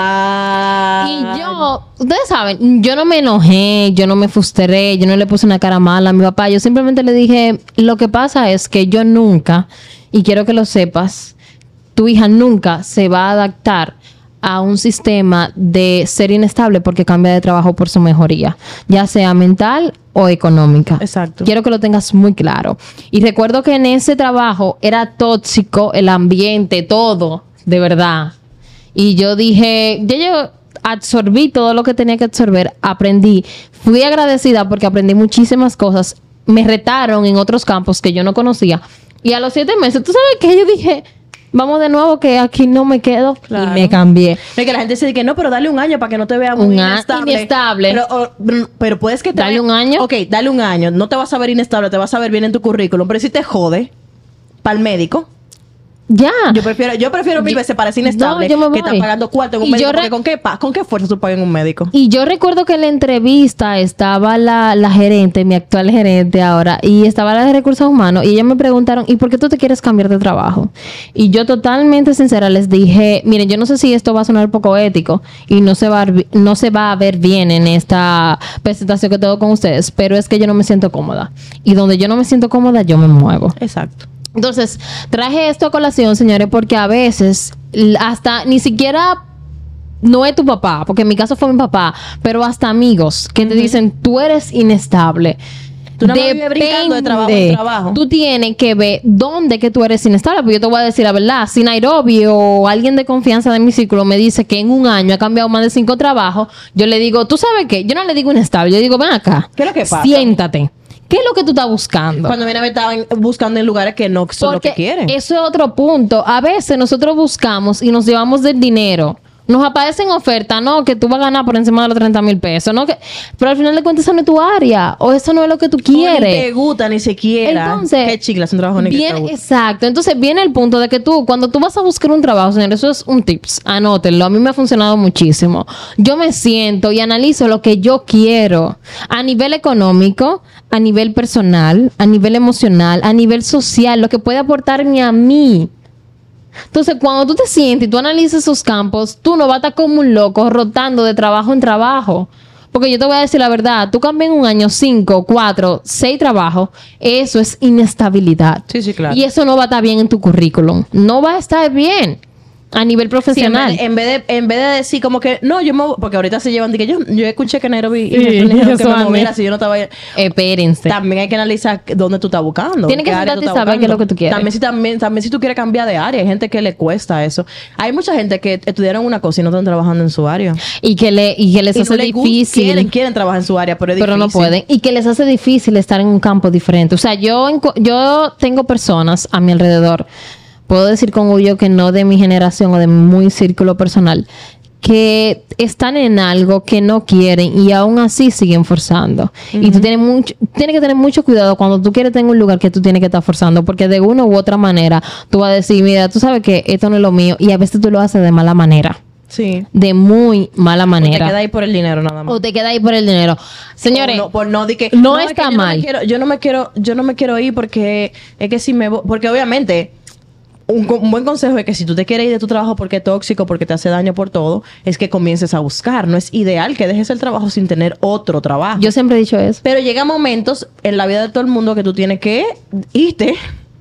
Y yo, ustedes saben, yo no me enojé, yo no me frustré, yo no le puse una cara mala a mi papá. Yo simplemente le dije, lo que pasa es que yo nunca, y quiero que lo sepas, tu hija nunca se va a adaptar a un sistema de ser inestable porque cambia de trabajo por su mejoría, ya sea mental o económica. Exacto. Quiero que lo tengas muy claro. Y recuerdo que en ese trabajo era tóxico el ambiente, todo, de verdad. Y yo dije, yo absorbí todo lo que tenía que absorber, aprendí, fui agradecida porque aprendí muchísimas cosas, me retaron en otros campos que yo no conocía. Y a los 7 meses, ¿tú sabes qué? Yo dije, vamos de nuevo, que aquí no me quedo. Claro. Y me cambié. Es que la gente dice que no, pero dale un año para que no te vea muy inestable. Pero puedes que te Dale un año. Ok, dale un año. No te vas a ver inestable, te vas a ver bien en tu currículum. Pero si te jode para el médico, Ya. yo prefiero mil veces parecer inestable No, yo me que estar voy. pagando cuarto en un Y médico. yo Porque ¿con qué fuerza tú pagas en un médico? Y yo recuerdo que en la entrevista estaba la gerente, mi actual gerente ahora, y estaba la de recursos humanos, y ellos me preguntaron, ¿y por qué tú te quieres cambiar de trabajo? Y yo totalmente sincera les dije, miren, yo no sé si esto va a sonar un poco ético y no se va a ver bien en esta presentación que tengo con ustedes, pero es que yo no me siento cómoda. Y donde yo no me siento cómoda, yo me muevo. Exacto. Entonces, traje esto a colación, señores, porque a veces hasta ni siquiera no es tu papá, porque en mi caso fue mi papá, pero hasta amigos que te dicen, tú eres inestable. Tú no me vives brincando de trabajo en trabajo. Tú tienes que ver dónde que tú eres inestable, porque yo te voy a decir la verdad. Si Nairobi o alguien de confianza de mi círculo me dice que en un año ha cambiado más de 5 trabajos, yo le digo, ¿tú sabes qué? Yo no le digo inestable, yo digo, ven acá. ¿Qué es lo que pasa? Siéntate. ¿Qué es lo que tú estás buscando? Cuando viene a ver, estaban buscando en lugares que no son lo que quieren. Eso es otro punto. A veces nosotros buscamos y nos llevamos del dinero. Nos aparecen ofertas, ¿no? Que tú vas a ganar por encima de los 30,000 pesos, ¿no? Pero al final de cuentas, eso no es tu área. O eso no es lo que tú quieres. Ni te gusta, ni siquiera. Entonces, qué chicla, es un trabajo ni que bien, te gusta. exacto. Entonces viene el punto de que tú, cuando tú vas a buscar un trabajo, señores, eso es un tips. Anótenlo. A mí me ha funcionado muchísimo. Yo me siento y analizo lo que yo quiero a nivel económico, a nivel personal, a nivel emocional, a nivel social, lo que puede aportarme a mí. Entonces, cuando tú te sientes y tú analizas esos campos, tú no vas a estar como un loco rotando de trabajo en trabajo. Porque yo te voy a decir la verdad, tú cambias en un año 5, 4, 6 trabajos, eso es inestabilidad. Sí, claro. Y eso no va a estar bien en tu currículum. No va a estar bien a nivel profesional. Sí, en vez de decir como que no, yo me voy, porque ahorita se llevan de que yo escuché que Nairobi y me dijeron que me moviera si yo no estaba ahí. Espérense. También hay que analizar dónde tú estás buscando. Tienes que sentarte y saber qué es lo que tú quieres. También si tú quieres cambiar de área, hay gente que le cuesta eso. Hay mucha gente que estudiaron una cosa y no están trabajando en su área. Y que les Y hace no les gusta, difícil. quieren trabajar en su área, pero es Pero difícil. no pueden. Y que les hace difícil estar en un campo diferente. O sea, yo tengo personas a mi alrededor, puedo decir con orgullo que no de mi generación o de mi círculo personal, que están en algo que no quieren y aún así siguen forzando. Y tú tienes que tener mucho cuidado cuando tú quieres tener un lugar que tú tienes que estar forzando, porque de una u otra manera tú vas a decir, mira, tú sabes que esto no es lo mío, y a veces tú lo haces de mala manera. Sí. De muy mala manera. O te queda ahí por el dinero nada más. O te queda ahí por el dinero. Señores, no está es que mal. Yo no me quiero ir porque es que si me voy, porque obviamente un buen consejo es que si tú te quieres ir de tu trabajo porque es tóxico, porque te hace daño por todo, es que comiences a buscar. No es ideal que dejes el trabajo sin tener otro trabajo. Yo siempre he dicho eso. Pero llega momentos en la vida de todo el mundo que tú tienes que irte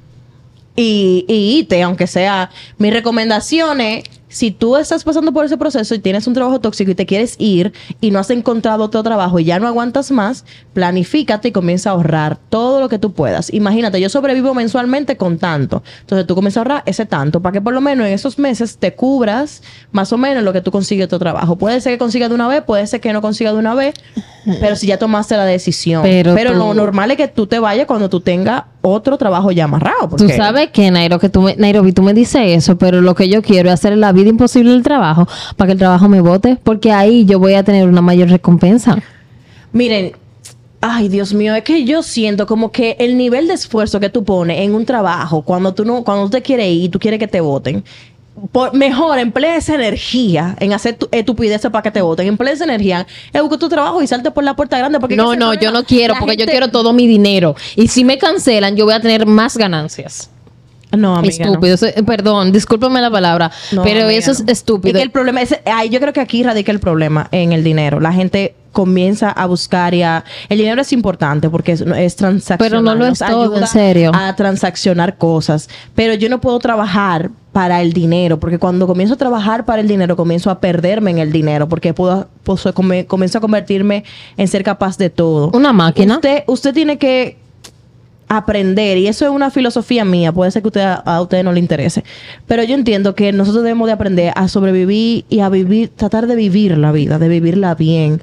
y irte, aunque sea. Mi recomendación es, si tú estás pasando por ese proceso y tienes un trabajo tóxico y te quieres ir y no has encontrado otro trabajo y ya no aguantas más, planifícate y comienza a ahorrar todo lo que tú puedas. Imagínate, yo sobrevivo mensualmente con tanto. Entonces tú comienzas a ahorrar ese tanto para que por lo menos en esos meses te cubras más o menos lo que tú consigues otro trabajo. Puede ser que consigas de una vez, puede ser que no consigas de una vez, pero si ya tomaste la decisión. Pero lo normal es que tú te vayas cuando tú tengas otro trabajo ya amarrado. Tú sabes que, Nairobi, tú me dices eso, pero lo que yo quiero es hacer la vida imposible del trabajo para que el trabajo me bote, porque ahí yo voy a tener una mayor recompensa. Miren, ay, Dios mío, es que yo siento como que el nivel de esfuerzo que tú pones en un trabajo, cuando tú te quieres ir y tú quieres que te voten, mejor emplea esa energía en hacer estupideces para que te voten. Emplea esa energía en buscar tu trabajo y salte por la puerta grande. Porque No, yo no quiero, porque yo quiero todo mi dinero. Y si me cancelan, yo voy a tener más ganancias. No, amiga, estúpido. No. Perdón, discúlpame la palabra, no, pero amiga, eso es estúpido. Es que el problema es, yo creo que aquí radica el problema en el dinero. La gente comienza a buscar el dinero es importante porque es transaccional. Pero no lo es todo, en serio. A transaccionar cosas. Pero yo no puedo trabajar para el dinero, porque cuando comienzo a trabajar para el dinero, comienzo a perderme en el dinero, porque comienzo a convertirme en ser capaz de todo. Una máquina. Usted tiene que aprender, y eso es una filosofía mía, puede ser que a ustedes no le interese, pero yo entiendo que nosotros debemos de aprender a sobrevivir y a vivir, tratar de vivir la vida, de vivirla bien.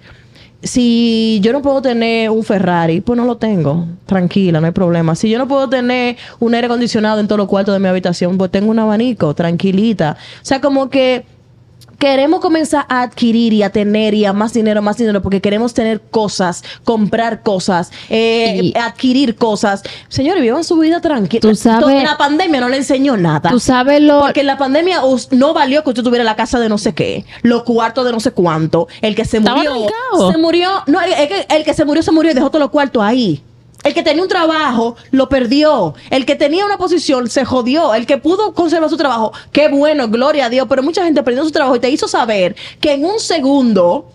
Si yo no puedo tener un Ferrari, pues no lo tengo, tranquila, no hay problema. Si yo no puedo tener un aire acondicionado en todos los cuartos de mi habitación, pues tengo un abanico, tranquilita. O sea, como que queremos comenzar a adquirir y a tener y a más dinero, porque queremos tener cosas, comprar cosas, adquirir cosas. Señores, vivan su vida tranquila. Tú sabes, la pandemia no le enseñó nada. Tú sabes porque en la pandemia no valió que usted tuviera la casa de no sé qué, los cuartos de no sé cuánto. El que se murió, no, el que se murió y dejó todos los cuartos ahí. El que tenía un trabajo, lo perdió. El que tenía una posición, se jodió. El que pudo conservar su trabajo, qué bueno, gloria a Dios. Pero mucha gente perdió su trabajo y te hizo saber que en un segundo,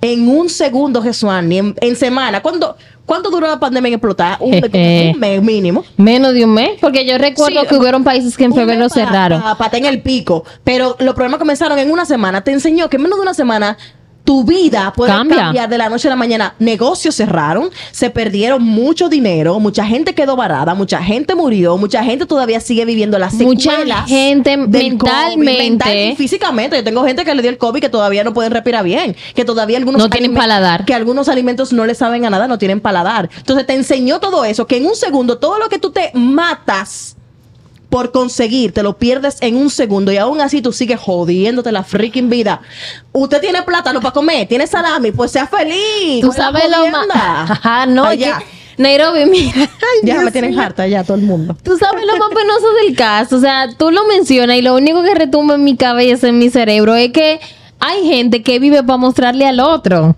Jesuani, en semana, ¿cuánto duró la pandemia en explotar? Un mes mínimo. Menos de un mes. Porque yo recuerdo que hubieron países que en febrero cerraron. Para en el pico. Pero los problemas comenzaron en una semana. Te enseñó que en menos de una semana tu vida puede cambiar de la noche a la mañana. Negocios cerraron, se perdieron mucho dinero, mucha gente quedó varada, mucha gente murió, mucha gente todavía sigue viviendo las secuelas. Mucha gente mental y físicamente. Yo tengo gente que le dio el COVID que todavía no pueden respirar bien, que todavía algunos no tienen paladar, que algunos alimentos no le saben a nada, no tienen paladar. Entonces te enseñó todo eso, que en un segundo todo lo que tú te matas por conseguir, te lo pierdes en un segundo y aún así tú sigues jodiéndote la freaking vida. Usted tiene plátano para comer, tiene salami, pues sea feliz. Tú sabes lo más. No, ya. Nairobi, mira. Ya me tienen harta ya todo el mundo. Tú sabes lo más penoso del caso. O sea, tú lo mencionas y lo único que retumba en mi cabeza, en mi cerebro, es que hay gente que vive para mostrarle al otro.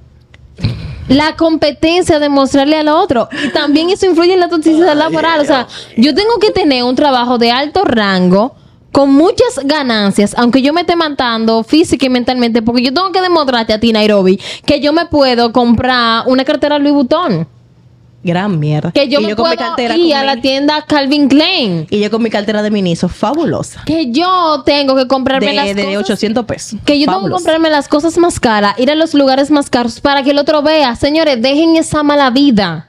La competencia de mostrarle al otro. Y también eso influye en la toxicidad laboral. O sea, yo tengo que tener un trabajo de alto rango con muchas ganancias, aunque yo me esté matando física y mentalmente, porque yo tengo que demostrarte a ti, Nairobi, que yo me puedo comprar una cartera Louis Vuitton. Gran mierda. Que yo me puedo ir a la tienda Calvin Klein. Y yo con mi cartera de Miniso, fabulosa. Que yo tengo que comprarme las cosas de 800 pesos. Que yo tengo que comprarme las cosas más caras, ir a los lugares más caros para que el otro vea. Señores, dejen esa mala vida.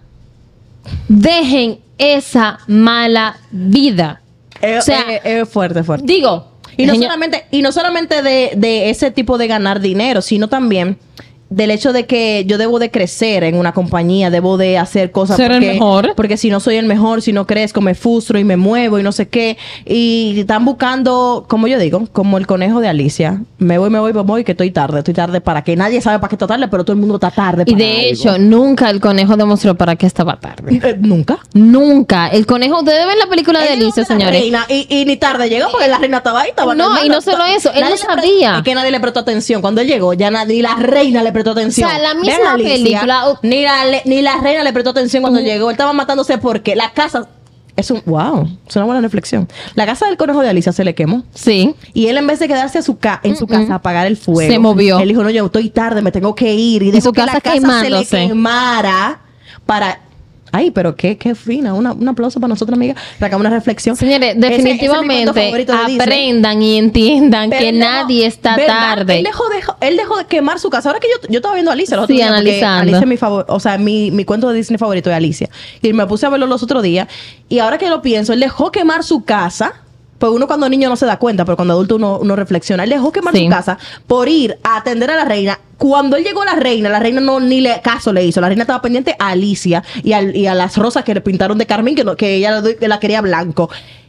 Dejen esa mala vida. O sea, es fuerte. Digo. Y no solamente de ese tipo de ganar dinero, sino también del hecho de que yo debo de crecer en una compañía, debo de hacer cosas ser el mejor. Porque si no soy el mejor, si no crezco, me frustro y me muevo y no sé qué. Y están buscando, como yo digo, como el conejo de Alicia. Me voy, que estoy tarde para que nadie sabe para qué está tarde, pero todo el mundo está tarde. Y de hecho, nunca el conejo demostró para qué estaba tarde. ¿Nunca? El conejo, ustedes ven la película de Alicia, señores. Reina, y ni tarde llegó porque la reina estaba ahí. Y no solo eso, él no sabía. Es que nadie le prestó atención. Cuando él llegó, ya ni la reina le prestó atención. O sea, la misma película. Ni la reina le prestó atención cuando llegó. Él estaba matándose porque la casa... Es una buena reflexión. La casa del conejo de Alicia se le quemó. Sí. Y él, en vez de quedarse en su casa a apagar el fuego, se movió. Él dijo, no, yo estoy tarde, me tengo que ir. Y dejó que la casa se le quemara para... Ay, pero qué fina. Un aplauso para nosotros, amiga. Sacamos una reflexión. Señores, definitivamente aprendan y entiendan que nadie está tarde. Él dejó de quemar su casa. Ahora que yo estaba viendo a Alicia los otros días, analizando. Alicia es mi cuento de Disney favorito es Alicia. Y me puse a verlo los otros días. Y ahora que lo pienso, él dejó quemar su casa pues uno cuando niño no se da cuenta, pero cuando adulto uno reflexiona. Él dejó quemar Sí. su casa por ir a atender a la reina. Cuando él llegó a la reina no ni le caso le hizo. La reina estaba pendiente a Alicia y a las rosas que le pintaron de carmín, que ella la quería blanco.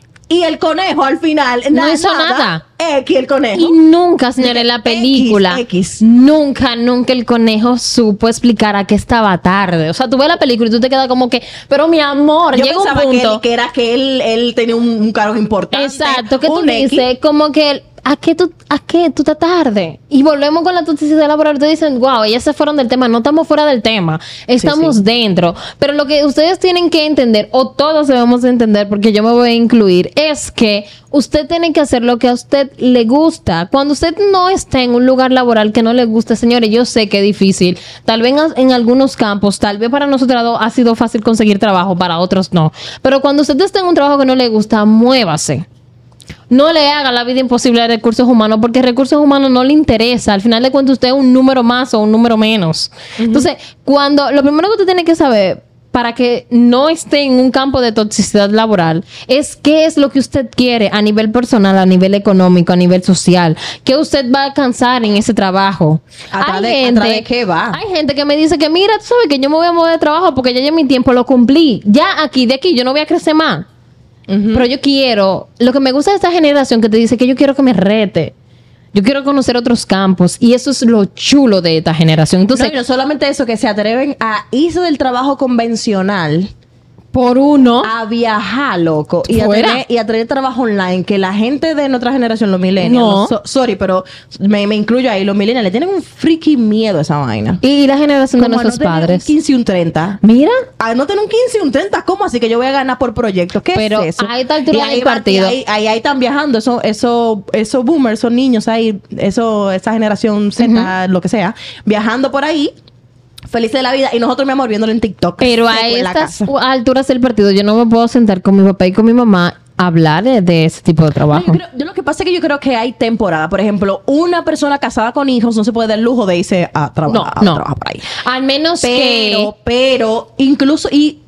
Y el conejo al final No hizo nada. X el conejo. Y nunca, señora, en la película, X. nunca el conejo supo explicar a qué estaba tarde. O sea, tú ves la película y tú te quedas como que, pero mi amor, Yo llega un pensaba punto. que él tenía un cargo importante. Exacto, que tú un X. dices como que ¿a qué tú estás tarde? Y volvemos con la toxicidad laboral. Ustedes dicen, wow, ellas se fueron del tema. No estamos fuera del tema, estamos Sí. dentro. Pero lo que ustedes tienen que entender, o todos debemos de entender, porque yo me voy a incluir, es que usted tiene que hacer lo que a usted le gusta. Cuando usted no está en un lugar laboral que no le guste, señores, yo sé que es difícil. Tal vez en algunos campos, tal vez para nosotros ha sido fácil conseguir trabajo, para otros no. Pero cuando usted está en un trabajo que no le gusta, muévase. No le haga la vida imposible a recursos humanos, porque recursos humanos no le interesa. Al final de cuentas, usted es un número más o un número menos. Entonces, lo primero que usted tiene que saber para que no esté en un campo de toxicidad laboral es qué es lo que usted quiere a nivel personal, a nivel económico, a nivel social. ¿Qué usted va a alcanzar en ese trabajo? ¿Atrás de qué va? Hay gente que me dice que mira, tú sabes que yo me voy a mover de trabajo porque ya mi tiempo lo cumplí. Ya de aquí yo no voy a crecer más. Pero yo quiero, lo que me gusta de esta generación que te dice que yo quiero que me rete. Yo quiero conocer otros campos. Y eso es lo chulo de esta generación. Entonces, No solamente eso, que se atreven a irse del trabajo convencional por uno, a viajar, loco, y Fuera. a tener trabajo online, que la gente de nuestra generación, los millennials, No. sorry, pero me incluyo ahí, los millennials le tienen un freaky miedo a esa vaina. y la generación de Como a nuestros no tener padres. un 15 y un 30. Mira, A no tener un 15 y un 30, ¿cómo así que yo voy a ganar por proyecto? ¿Qué Pero es eso? a esta altura Y del ahí partido. ahí están viajando esos boomers, esos niños ahí, esa generación Z, lo que sea, viajando por ahí, felices de la vida, y nosotros, mi amor, viéndolo en TikTok. pero a seco en la estas casa. alturas del partido yo no me puedo sentar con mi papá y con mi mamá a hablar de ese tipo de No, trabajo. yo lo que pasa es que yo creo que hay temporada. Por ejemplo, una persona casada con hijos no se puede dar el lujo de irse a trabajar, No. a trabajar por ahí. Al menos que... Pero, incluso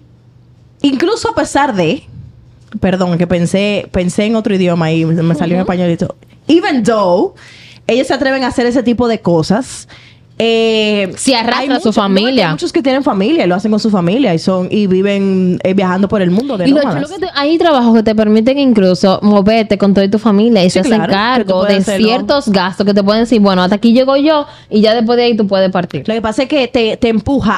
a pesar de, perdón, que pensé en otro idioma y me salió en españolito. Even though ellos se atreven a hacer ese tipo de cosas, Si arrastra hay a su familia. hay muchos que tienen familia y lo hacen con su familia y viven viajando por el mundo de Y lo nómadas. chulo que hay trabajos que te permiten incluso moverte con toda tu familia y Sí, se hacen claro, que tú cargo puedes de hacerlo. ciertos gastos que te pueden decir, bueno, hasta aquí llego yo y ya después de ahí tú puedes partir. Lo que pasa es que te empuja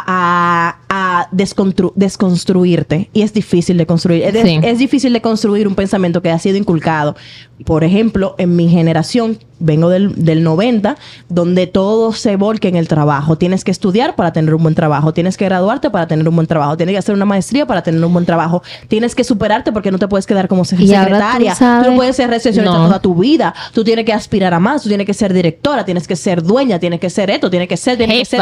a desconstruirte y es difícil de construir. Sí. Es difícil de construir un pensamiento que ha sido inculcado. Por ejemplo, en mi generación, vengo del 90, donde todo se volca en el trabajo. Tienes que estudiar para tener un buen trabajo. Tienes que graduarte para tener un buen trabajo. Tienes que hacer una maestría para tener un buen trabajo. Tienes que superarte porque no te puedes quedar como Y ahora tú secretaria. sabes- Tú no puedes ser recepcionista No. toda tu vida. Tú tienes que aspirar a más. Tú tienes que ser directora. Tienes que ser dueña. Tienes que ser esto. Tienes que ser.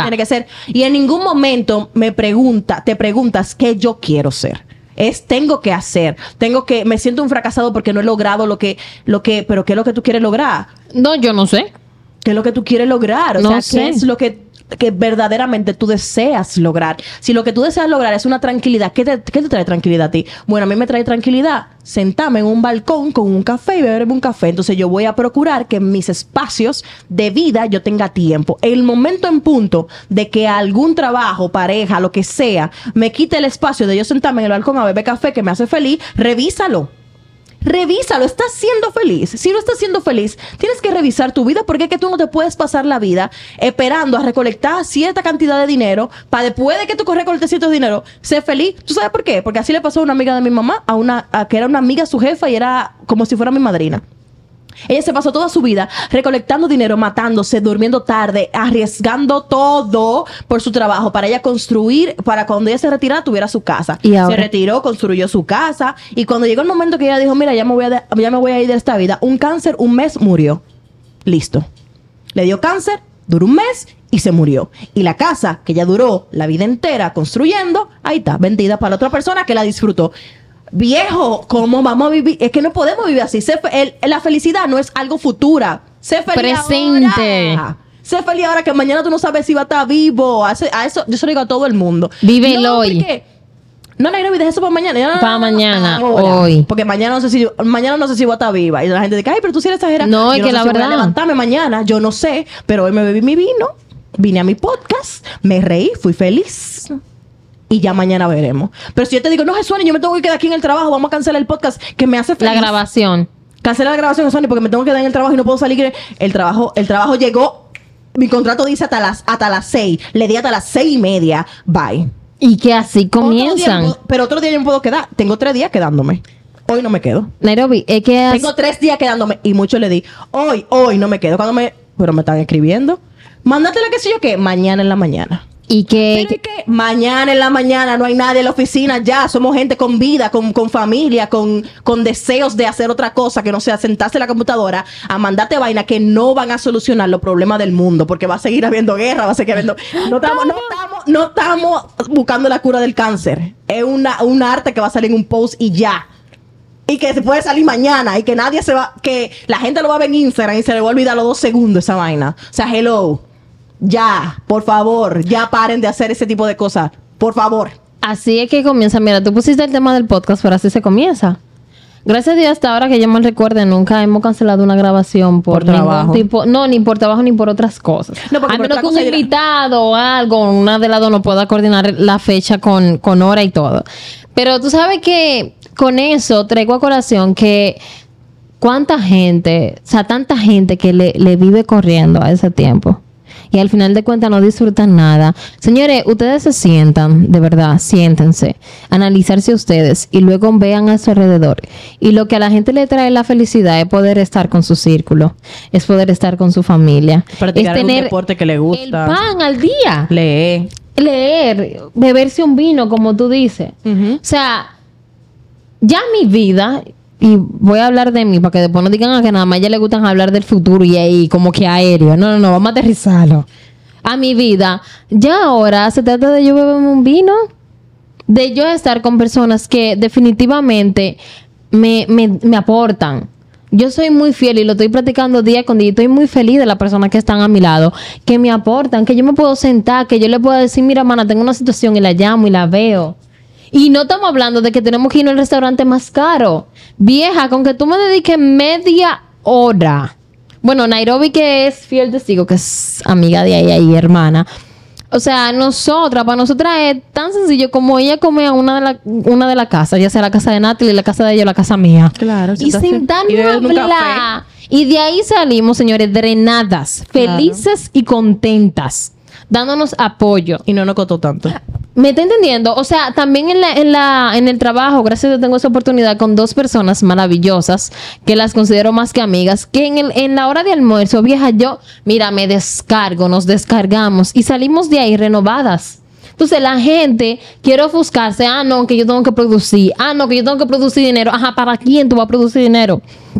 Y en ningún momento te preguntas qué yo quiero ser. Tengo que hacer. Me siento un fracasado porque no he logrado pero ¿qué es lo que tú quieres lograr? No, yo no sé. ¿Qué es lo que tú quieres lograr? O No sea, sé. ¿qué es lo que verdaderamente tú deseas lograr? Si lo que tú deseas lograr es una tranquilidad, ¿qué te trae tranquilidad a ti? Bueno, a mí me trae tranquilidad sentarme en un balcón con un café y beberme un café. Entonces yo voy a procurar que en mis espacios de vida yo tenga tiempo. El momento en punto de que algún trabajo, pareja, lo que sea, me quite el espacio de yo sentarme en el balcón a beber café que me hace feliz, revísalo. Revísalo, ¿estás siendo feliz? Si no estás siendo feliz, tienes que revisar tu vida porque es que tú no te puedes pasar la vida esperando a recolectar cierta cantidad de dinero para después de que tú recolectes cierto dinero, ser feliz. ¿Tú sabes por qué? Porque así le pasó a una amiga de mi mamá, que era una amiga su jefa y era como si fuera mi madrina. Ella se pasó toda su vida recolectando dinero, matándose, durmiendo tarde, arriesgando todo por su trabajo para ella construir, para cuando ella se retirara tuviera su casa. ¿Y ahora? Se retiró, construyó su casa y cuando llegó el momento que ella dijo, mira, ya me voy a ir de esta vida, un cáncer, un mes, murió. Listo. Le dio cáncer, duró un mes y se murió. Y la casa que ella duró la vida entera construyendo, ahí está, vendida para otra persona que la disfrutó. Viejo, ¿cómo vamos a vivir? Es que no podemos vivir así. La felicidad no es algo futura. Sé feliz Presente. ahora. Sé feliz ahora que mañana tú no sabes si va a estar vivo. A eso yo se lo digo a todo el mundo. Vive el No, hoy. porque No, Nairobi, deja eso para mañana. No, Para mañana, ahora. hoy. Porque mañana no sé si voy a estar viva. Y la gente dice, ay, pero tú sí eres exagerada. No, es Yo que sé la si voy a verdad. levantarme mañana, yo no sé. Pero hoy me bebí mi vino, vine a mi podcast, me reí, fui feliz. Y ya mañana veremos. Pero si yo te digo, no, Jesuani, yo me tengo que quedar aquí en el trabajo, vamos a cancelar el podcast que me hace feliz. La grabación. Cancela la grabación, Jesuani, porque me tengo que quedar en el trabajo y no puedo salir. El trabajo llegó, mi contrato dice hasta las 6. Le di hasta las 6:30. Bye. Y que así Otro día comienzan. pero otro día yo me puedo quedar. Tengo 3 días quedándome. Hoy no me quedo. Nairobi, es que Tengo 3 días quedándome. Y mucho le di. Hoy no me quedo. Pero me están escribiendo. Mándatela que sé yo qué. Mañana en la mañana. y que, Pero es que mañana en la mañana no hay nadie en la oficina ya. Somos gente con vida, con familia, con deseos de hacer otra cosa que no sea sentarse en la computadora a mandarte vaina que no van a solucionar los problemas del mundo. Porque va a seguir habiendo guerra, va a seguir habiendo... No estamos buscando la cura del cáncer. Es un arte que va a salir en un post y ya. Y que se puede salir mañana y que nadie que la gente lo va a ver en Instagram y se le va a olvidar los 2 segundos esa vaina. O sea, hello. Ya, por favor, ya paren de hacer ese tipo de cosas. Por favor. así es que comienza. Mira, tú pusiste el tema del podcast, pero así se comienza. Gracias a Dios, hasta ahora que yo me recuerde, nunca hemos cancelado una grabación por ningún trabajo. tipo, no, ni por trabajo ni por otras cosas. No, porque a por menos otra que un cosa dirá- invitado o algo, una de las dos no pueda coordinar la fecha con hora y todo. Pero tú sabes que con eso traigo a colación que cuánta gente, o sea, tanta gente que le vive corriendo a ese tiempo. Y al final de cuentas no disfrutan nada. Señores, ustedes se sientan, de verdad, siéntense, analizarse ustedes y luego vean a su alrededor. Y lo que a la gente le trae la felicidad es poder estar con su círculo, es poder estar con su familia, Practicar es algún tener deporte que le el gusta. pan al día, Lee. leer, beberse un vino, como tú dices. O sea, ya mi vida, y voy a hablar de mí para que después no digan que nada más a ella le gustan hablar del futuro y ahí como que aéreo. No, vamos a aterrizarlo. A mi vida, ya ahora se trata de yo beberme un vino, de yo estar con personas que definitivamente me aportan. Yo soy muy fiel y lo estoy practicando día con día. Estoy muy feliz de las personas que están a mi lado, que me aportan, que yo me puedo sentar, que yo le puedo decir, mira, mana, tengo una situación y la llamo y la veo. Y no estamos hablando de que tenemos que ir al restaurante más caro. Vieja, con que tú me dediques media hora. Bueno, Nairobi, que es fiel testigo, que es amiga de ahí, hermana. O sea, para nosotras es tan sencillo como ella come a una de las casas, ya sea la casa de Natalie, la casa de ella o la casa mía. Claro, Y sentarnos y a beber un hablar. Y de ahí salimos, señores, drenadas, felices y contentas, dándonos apoyo. Y no nos costó tanto. ¿Me está entendiendo? O sea, también en el trabajo, gracias a Dios tengo esa oportunidad con 2 personas maravillosas que las considero más que amigas, que en la hora de almuerzo, vieja, mira, me descargo, nos descargamos y salimos de ahí renovadas. Entonces la gente quiere ofuscarse, no, que yo tengo que producir, no, que yo tengo que producir dinero. Ajá, ¿para quién tú vas a producir dinero?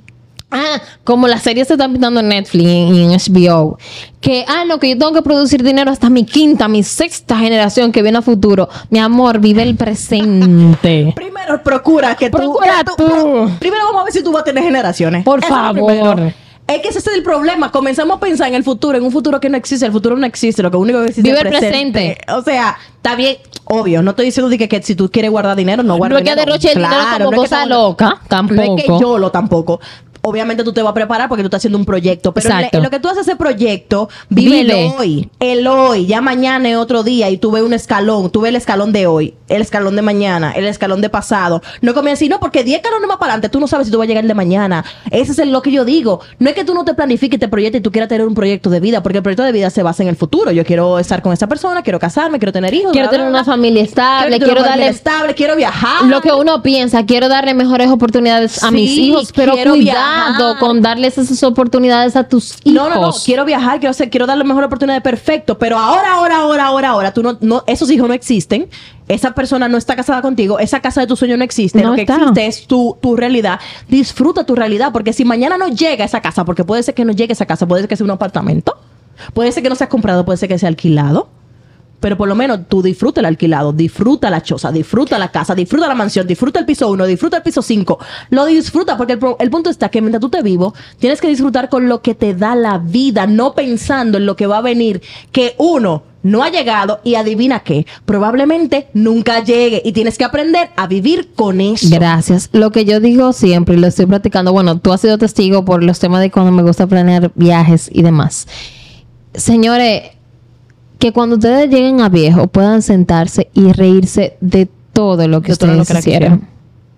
Como las series se están pintando en Netflix y en HBO. Que, no, que yo tengo que producir dinero hasta mi 5ª, mi 6ª generación que viene a futuro. Mi amor, vive el presente. Primero procura que Procura tú. Primero vamos a ver si tú vas a tener generaciones. Por Eso es lo favor. primero. Es que ese es el problema. Comenzamos a pensar en el futuro, en un futuro que no existe. El futuro no existe. Lo que único que existe Vive es el presente. O sea, está bien, obvio. No estoy diciendo que si tú quieres guardar dinero, no No guardes es que dinero. derroche el dinero como no es que cosa estamos- loca, tampoco. No es que yo lo tampoco. Obviamente tú te vas a preparar porque tú estás haciendo un proyecto. Pero Exacto. en lo que tú haces ese proyecto, vive Vive. el hoy. El hoy. Ya mañana es otro día y tú ves un escalón. Tú ves el escalón de hoy, el escalón de mañana, el escalón de pasado. No comienzas así, no, porque 10 escalones más para adelante tú no sabes si tú vas a llegar el de mañana. Ese es lo que yo digo. No es que tú no te planifiques, te proyectes y tú quieras tener un proyecto de vida, porque el proyecto de vida se basa en el futuro. Yo quiero estar con esa persona, quiero casarme, quiero tener hijos. Quiero bla, bla, tener bla. una familia estable, tener quiero una familia darle estable, quiero viajar. lo que uno piensa, quiero darle mejores oportunidades a Sí, mis hijos, pero quiero cuidado viajar. con darles esas oportunidades a tus hijos. No. Quiero viajar, quiero darle mejor oportunidad, perfecto. Pero ahora, tú no, esos hijos no existen. Esa persona no está casada contigo. Esa casa de tu sueño no existe. No Lo que está. existe es tu realidad. Disfruta tu realidad. Porque si mañana no llega esa casa, porque puede ser que no llegue esa casa, puede ser que sea un apartamento, puede ser que no sea comprado, puede ser que sea alquilado. Pero por lo menos tú disfruta el alquilado, disfruta la choza, disfruta la casa, disfruta la mansión, disfruta el piso 1, disfruta el piso 5. Lo disfruta porque el punto está que mientras tú te vivo, tienes que disfrutar con lo que te da la vida, no pensando en lo que va a venir, que uno no ha llegado y adivina qué, probablemente nunca llegue y tienes que aprender a vivir con eso. Gracias. Lo que yo digo siempre y lo estoy practicando, bueno, tú has sido testigo por los temas de cuando me gusta planear viajes y demás. Señores, que cuando ustedes lleguen a viejo puedan sentarse y reírse de todo lo que ustedes hicieron.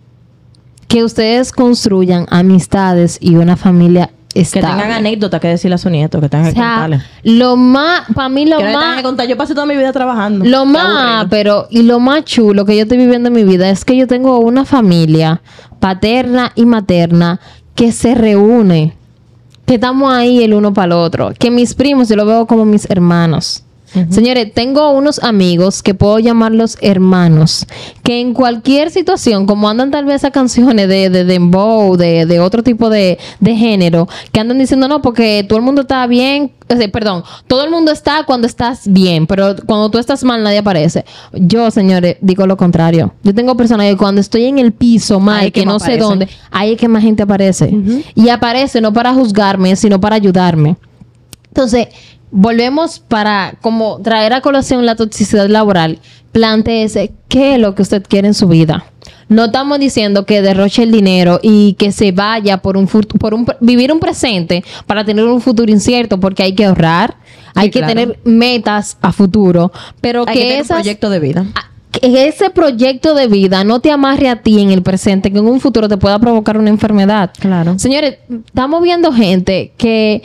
Que ustedes construyan amistades y una familia estable. Que tengan anécdotas que decirle a su nieto, que tengan que contarle. Lo más, para mí lo que no más... tengan que contar. Yo pasé toda mi vida trabajando. Lo más, y lo más chulo que yo estoy viviendo en mi vida es que yo tengo una familia paterna y materna que se reúne. Que estamos ahí el uno para el otro. Que mis primos yo lo veo como mis hermanos. Señores, tengo unos amigos que puedo llamarlos hermanos, que en cualquier situación, como andan tal vez a canciones de dembow, de otro tipo de género, que andan diciendo no, porque todo el mundo está bien, perdón, todo el mundo está cuando estás bien, pero cuando tú estás mal nadie aparece. Yo, señores, digo lo contrario. Yo tengo personas que cuando estoy en el piso mal, que no sé dónde, ahí es que más gente aparece. Y aparece no para juzgarme, sino para ayudarme. Entonces, volvemos para como traer a colación la toxicidad laboral. Plantéese qué es lo que usted quiere en su vida. No estamos diciendo que derroche el dinero y que se vaya por vivir un presente para tener un futuro incierto, porque hay que ahorrar, hay que tener metas a futuro, pero hay que tener un proyecto de vida. Que ese proyecto de vida no te amarre a ti en el presente, que en un futuro te pueda provocar una enfermedad. Claro. Señores, estamos viendo gente que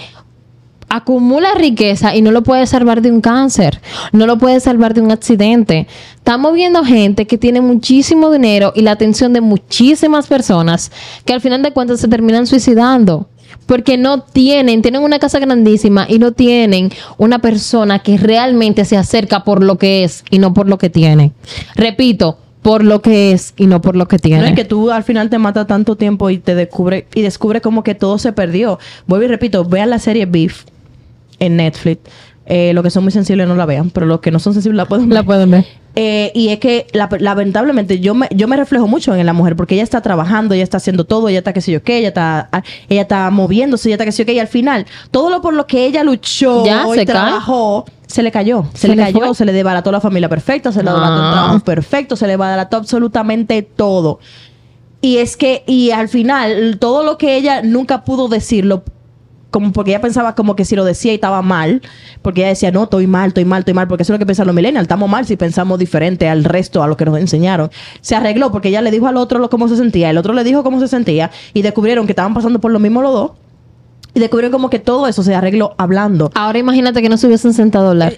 acumula riqueza y no lo puede salvar de un cáncer, no lo puede salvar de un accidente. Estamos viendo gente que tiene muchísimo dinero y la atención de muchísimas personas que al final de cuentas se terminan suicidando porque no tienen una casa grandísima y no tienen una persona que realmente se acerca por lo que es y no por lo que tiene. Repito, por lo que es y no por lo que tiene. No es que tú al final te matas tanto tiempo y te descubre como que todo se perdió. Vuelvo y repito, vean la serie Beef en Netflix. Los que son muy sensibles no la vean, pero los que no son sensibles la pueden ver. Y es que lamentablemente yo me reflejo mucho en la mujer, porque ella está trabajando, ella está haciendo todo, ella está qué sé yo qué, ella está moviéndose, ella está qué sé yo qué, y al final todo lo por lo que ella luchó y trabajó se le cayó, se le desbarató la familia perfecta, se le desbarató el trabajo perfecto, se le desbarató absolutamente todo. Y es que al final todo lo que ella nunca pudo decirlo, como porque ella pensaba como que si lo decía y estaba mal, porque ella decía, no, estoy mal, porque eso es lo que piensan los millennials, estamos mal si pensamos diferente al resto, a lo que nos enseñaron. Se arregló porque ella le dijo al otro cómo se sentía, el otro le dijo cómo se sentía, y descubrieron que estaban pasando por lo mismo los dos, y descubrieron como que todo eso se arregló hablando. Ahora imagínate que no se hubiesen sentado a hablar.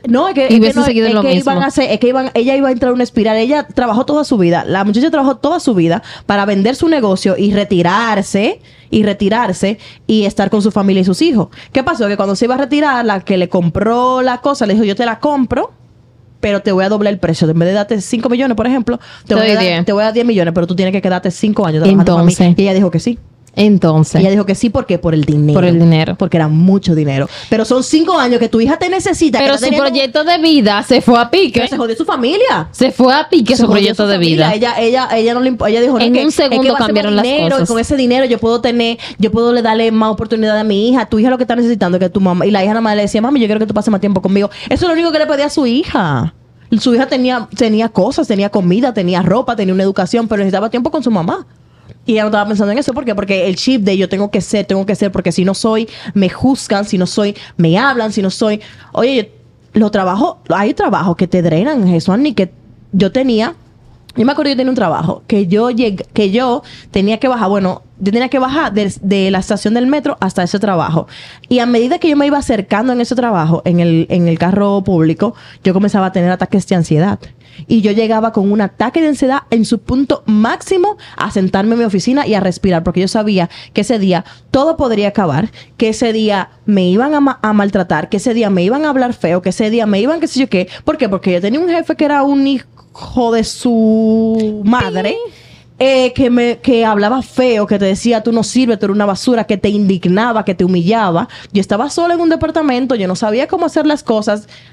Ella iba a entrar en una espiral. Ella trabajó toda su vida. La muchacha trabajó toda su vida para vender su negocio y retirarse y estar con su familia y sus hijos. ¿Qué pasó? Que cuando se iba a retirar, la que le compró la cosa le dijo, yo te la compro, pero te voy a doblar el precio. En vez de darte 5 millones, por ejemplo, te voy a dar 10 millones, pero tú tienes que quedarte 5 años trabajando para mí. Y ella dijo que sí. Entonces. Ella dijo que sí, ¿por qué? Por el dinero. Por el dinero. Porque era mucho dinero. Pero son 5 años que tu hija te necesita. Pero su proyecto de vida se fue a pique. Pero se jodió su familia. Se fue a pique su proyecto de vida. Ella no le ella dijo, en un segundo cambiaron las cosas. Y con ese dinero yo puedo darle más oportunidad a mi hija. Tu hija lo que está necesitando es que tu mamá. Y la hija nada más le decía, mami, yo quiero que tú pases más tiempo conmigo. Eso es lo único que le pedía a su hija. Su hija tenía cosas, tenía comida, tenía ropa, tenía una educación, pero necesitaba tiempo con su mamá. Y ella no estaba pensando en eso. ¿Por qué? Porque el chip de yo tengo que ser, porque si no soy, me juzgan, si no soy, me hablan, si no soy... Oye, hay trabajos que te drenan, Jesús, ni que yo tenía... Yo me acuerdo, yo tenía un trabajo que yo tenía que bajar, yo tenía que bajar de la estación del metro hasta ese trabajo. Y a medida que yo me iba acercando en ese trabajo, en el carro público, yo comenzaba a tener ataques de ansiedad. Y yo llegaba con un ataque de ansiedad en su punto máximo a sentarme en mi oficina y a respirar, porque yo sabía que ese día todo podría acabar, que ese día me iban a maltratar, que ese día me iban a hablar feo, que ese día me iban qué sé yo qué. ¿Por qué? Porque yo tenía un jefe que era un hijo de su madre, que hablaba feo, que te decía, tú no sirves, tú eres una basura, que te indignaba, que te humillaba. Yo estaba sola en un departamento, yo no sabía cómo hacer las cosas.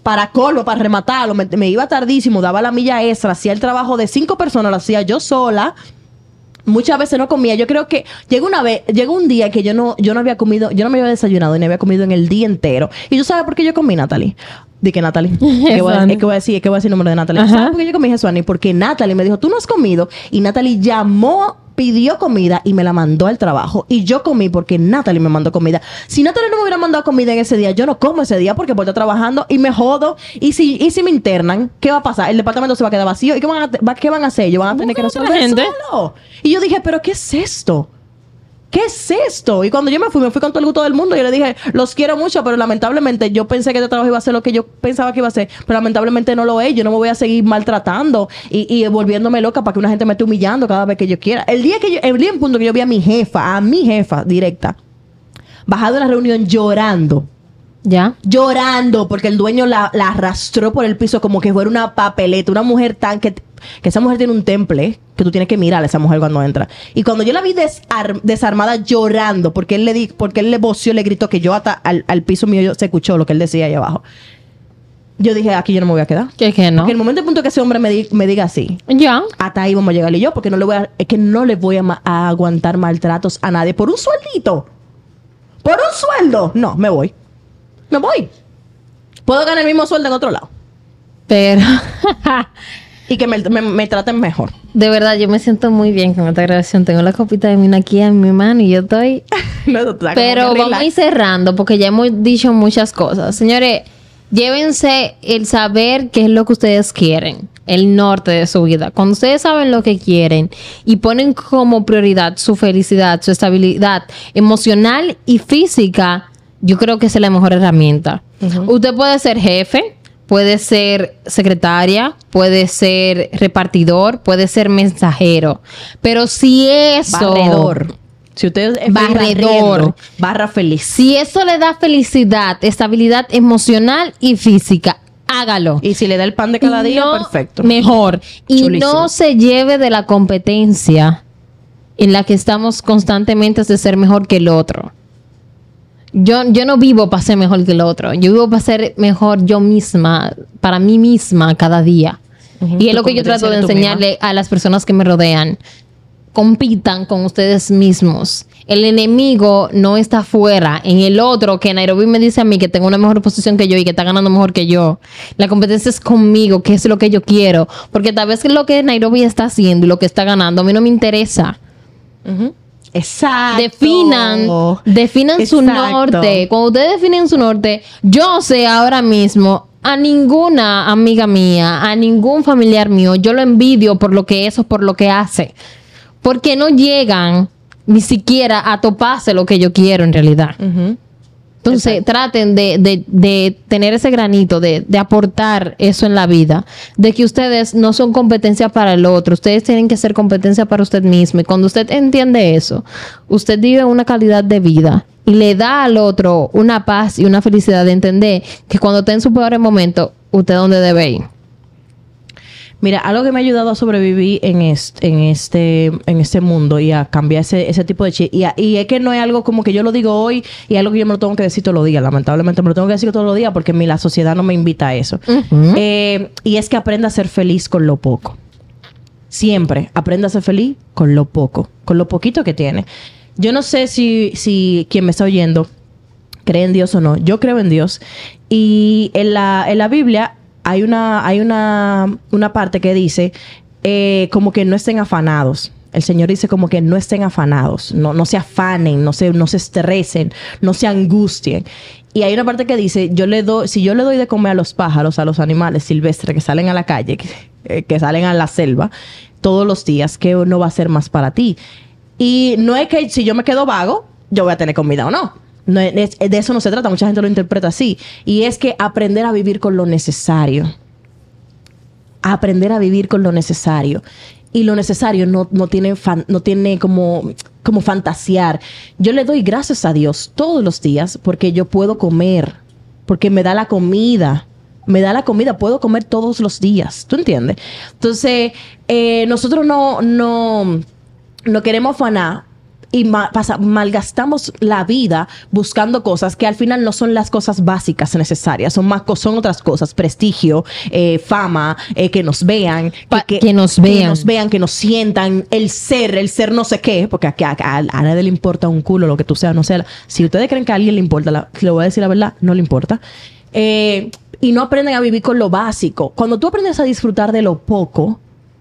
para colmo, para rematarlo, me iba tardísimo, daba la milla extra, hacía el trabajo de 5 personas, lo hacía yo sola. Muchas veces no comía. Yo creo que llegó un día que yo no había comido, yo no me había desayunado y no había comido en el día entero. ¿Y tú sabes por qué yo comí, Natalie? Di que Natalie. Es que voy a decir el nombre de Natalie. ¿Sabes por qué yo comí, Jesuani? Porque Natalie me dijo, tú no has comido. Y Natalie pidió comida y me la mandó al trabajo. Y yo comí porque Natalie me mandó comida. Si Natalie no me hubiera mandado comida en ese día, yo no como ese día porque voy a estar trabajando y me jodo. Y si me internan, ¿qué va a pasar? El departamento se va a quedar vacío. ¿Y qué van a hacer? Ellos van a tener que resolver solo. Y yo dije, ¿pero qué es esto? ¿Qué es esto? Y cuando yo me fui con todo el gusto del mundo. Yo le dije, los quiero mucho, pero lamentablemente yo pensé que este trabajo iba a ser lo que yo pensaba que iba a ser. Pero lamentablemente no lo es. Yo no me voy a seguir maltratando y volviéndome loca para que una gente me esté humillando cada vez que yo quiera. El día en punto que yo vi a mi jefa directa, bajada de una reunión llorando. ¿Ya? Llorando porque el dueño la arrastró por el piso como que fuera una papeleta. Una mujer tan que esa mujer tiene un temple que tú tienes que mirar a esa mujer cuando entra. Y cuando yo la vi desarmada llorando porque él le voció, le gritó que yo hasta al piso mío se escuchó lo que él decía ahí abajo. Yo dije, aquí yo no me voy a quedar. ¿Qué no? Porque el momento en punto que ese hombre me diga así, ya, hasta ahí vamos a llegar. Y yo, porque no le voy a aguantar maltratos a nadie por un sueldito. Por un sueldo. No, me voy. Puedo ganar el mismo sueldo en otro lado. Pero y que me traten mejor. De verdad, yo me siento muy bien con esta grabación. Tengo la copita de vino aquí en mi mano y yo estoy... Pero vamos a ir cerrando porque ya hemos dicho muchas cosas. Señores, llévense el saber qué es lo que ustedes quieren. El norte de su vida. Cuando ustedes saben lo que quieren y ponen como prioridad su felicidad, su estabilidad emocional y física, yo creo que esa es la mejor herramienta. Usted puede ser jefe, puede ser secretaria, puede ser repartidor, puede ser mensajero. Pero si eso... Barredor. Si usted es barredor, barra feliz. Si eso le da felicidad, estabilidad emocional y física, hágalo. Y si le da el pan de cada día, perfecto. Mejor. Y chulísimo. No se lleve de la competencia en la que estamos constantemente de ser mejor que el otro. Yo no vivo para ser mejor que el otro. Yo vivo para ser mejor yo misma, para mí misma cada día. Y es lo que yo trato de enseñarle a las personas que me rodean. Compitan con ustedes mismos. El enemigo no está afuera, en el otro, que Nairobi me dice a mí que tengo una mejor posición que yo y que está ganando mejor que yo. La competencia es conmigo, que es lo que yo quiero. Porque tal vez lo que Nairobi está haciendo y lo que está ganando a mí no me interesa. Exacto. Definan su norte. Cuando ustedes definen su norte, yo sé ahora mismo a ninguna amiga mía, a ningún familiar mío, yo lo envidio por lo que es o por lo que hace. Porque no llegan ni siquiera a toparse lo que yo quiero en realidad. Entonces, exacto, traten de tener ese granito, de aportar eso en la vida, de que ustedes no son competencia para el otro, ustedes tienen que ser competencia para usted mismo. Y cuando usted entiende eso, usted vive una calidad de vida y le da al otro una paz y una felicidad de entender que cuando esté en su peor momento, usted es donde debe ir. Mira, algo que me ha ayudado a sobrevivir en este mundo y a cambiar ese tipo de chip. Y es que no es algo como que yo lo digo hoy y es algo que yo me lo tengo que decir todos los días. Lamentablemente me lo tengo que decir todos los días porque la sociedad no me invita a eso. Y es que aprenda a ser feliz con lo poco. Siempre aprenda a ser feliz con lo poco. Con lo poquito que tiene. Yo no sé si quien me está oyendo cree en Dios o no. Yo creo en Dios. Y en la Biblia hay una parte que dice como que no estén afanados. El Señor dice como que no estén afanados, no se afanen, no se estresen, no se angustien. Y hay una parte que dice, si yo le doy de comer a los pájaros, a los animales silvestres que salen a la calle, que salen a la selva todos los días, ¿qué no va a ser más para ti? Y no es que si yo me quedo vago, yo voy a tener comida o no. No, de eso no se trata. Mucha gente lo interpreta así. Y es que aprender a vivir con lo necesario. Aprender a vivir con lo necesario. Y lo necesario no tiene como fantasear. Yo le doy gracias a Dios todos los días porque yo puedo comer. Porque me da la comida. Puedo comer todos los días. ¿Tú entiendes? Entonces, nosotros no queremos afanar y malgastamos la vida buscando cosas que al final no son las cosas básicas necesarias, son otras cosas, prestigio, fama, que nos vean, que nos vean, que nos sientan, el ser no sé qué, porque a nadie le importa un culo lo que tú seas, no sea. Si ustedes creen que a alguien le importa, le voy a decir la verdad, no le importa. Y no aprenden a vivir con lo básico. Cuando tú aprendes a disfrutar de lo poco,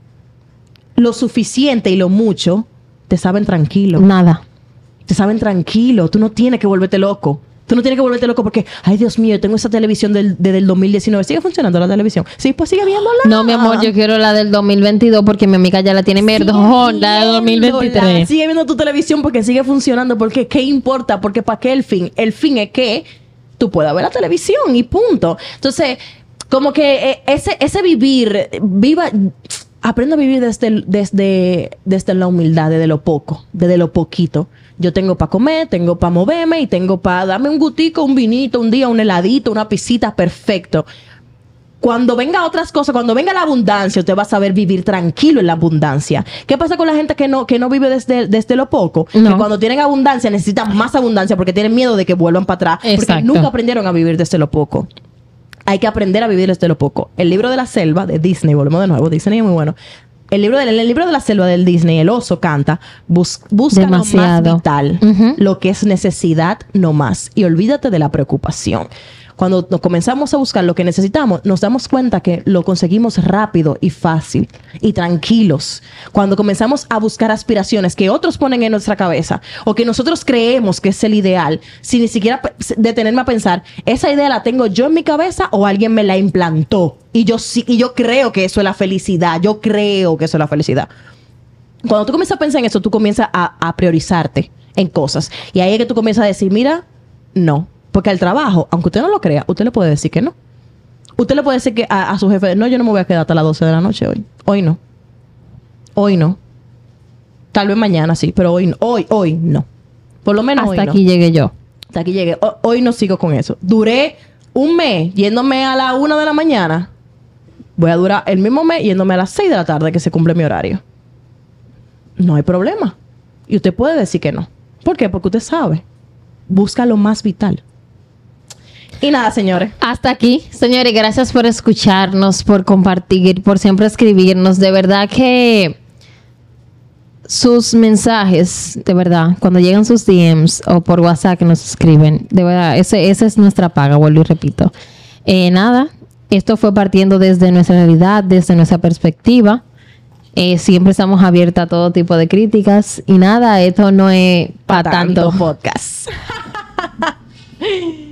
lo suficiente y lo mucho, te saben tranquilo. Nada. Te saben tranquilo. Tú no tienes que volverte loco. Tú no tienes que volverte loco porque, ay, Dios mío, yo tengo esa televisión desde el 2019. ¿Sigue funcionando la televisión? Sí, pues sigue viéndola. No, mi amor, yo quiero la del 2022 porque mi amiga ya la tiene mejor, la de 2023. Sigue viendo tu televisión porque sigue funcionando. Porque, ¿qué importa? Porque, ¿para qué el fin? El fin es que tú puedas ver la televisión y punto. Entonces, como que ese vivir, aprendo a vivir desde la humildad, desde lo poco, desde lo poquito. Yo tengo para comer, tengo para moverme y tengo para darme un gustico, un vinito, un día, un heladito, una pisita, perfecto. Cuando venga otras cosas, cuando venga la abundancia, usted va a saber vivir tranquilo en la abundancia. ¿Qué pasa con la gente que no vive desde lo poco? No. Que cuando tienen abundancia necesitan más abundancia porque tienen miedo de que vuelvan para atrás. Exacto. Porque nunca aprendieron a vivir desde lo poco. Hay que aprender a vivir desde lo poco. El libro de la selva de Disney, volvemos de nuevo, Disney es muy bueno. El libro de la selva del Disney, el oso canta, busca demasiado. lo más vital, lo que es necesidad, no más. Y olvídate de la preocupación. Cuando nos comenzamos a buscar lo que necesitamos, nos damos cuenta que lo conseguimos rápido y fácil y tranquilos. Cuando comenzamos a buscar aspiraciones que otros ponen en nuestra cabeza o que nosotros creemos que es el ideal, sin ni siquiera detenerme a pensar, ¿esa idea la tengo yo en mi cabeza o alguien me la implantó? Y yo creo que eso es la felicidad. Yo creo que eso es la felicidad. Cuando tú comienzas a pensar en eso, tú comienzas a priorizarte en cosas. Y ahí es que tú comienzas a decir, mira, no. Porque al trabajo, aunque usted no lo crea, usted le puede decir que no. Usted le puede decir que a su jefe, no, yo no me voy a quedar hasta las 12 de la noche hoy. Hoy no. Hoy no. Tal vez mañana sí, pero hoy no. Por lo menos hoy no. Hasta aquí llegué yo. Hasta aquí llegué. Hoy no sigo con eso. Duré un mes yéndome a la 1 de la mañana. Voy a durar el mismo mes yéndome a las 6 de la tarde que se cumple mi horario. No hay problema. Y usted puede decir que no. ¿Por qué? Porque usted sabe. Busca lo más vital. Y nada, señores. Hasta aquí, señores. Gracias por escucharnos, por compartir, por siempre escribirnos. De verdad que sus mensajes, de verdad, cuando llegan sus DMs o por WhatsApp que nos escriben, de verdad, esa es nuestra paga, vuelvo y repito. Nada, esto fue partiendo desde nuestra realidad, desde nuestra perspectiva. Siempre estamos abiertas a todo tipo de críticas. Y nada, esto no es para tanto podcast.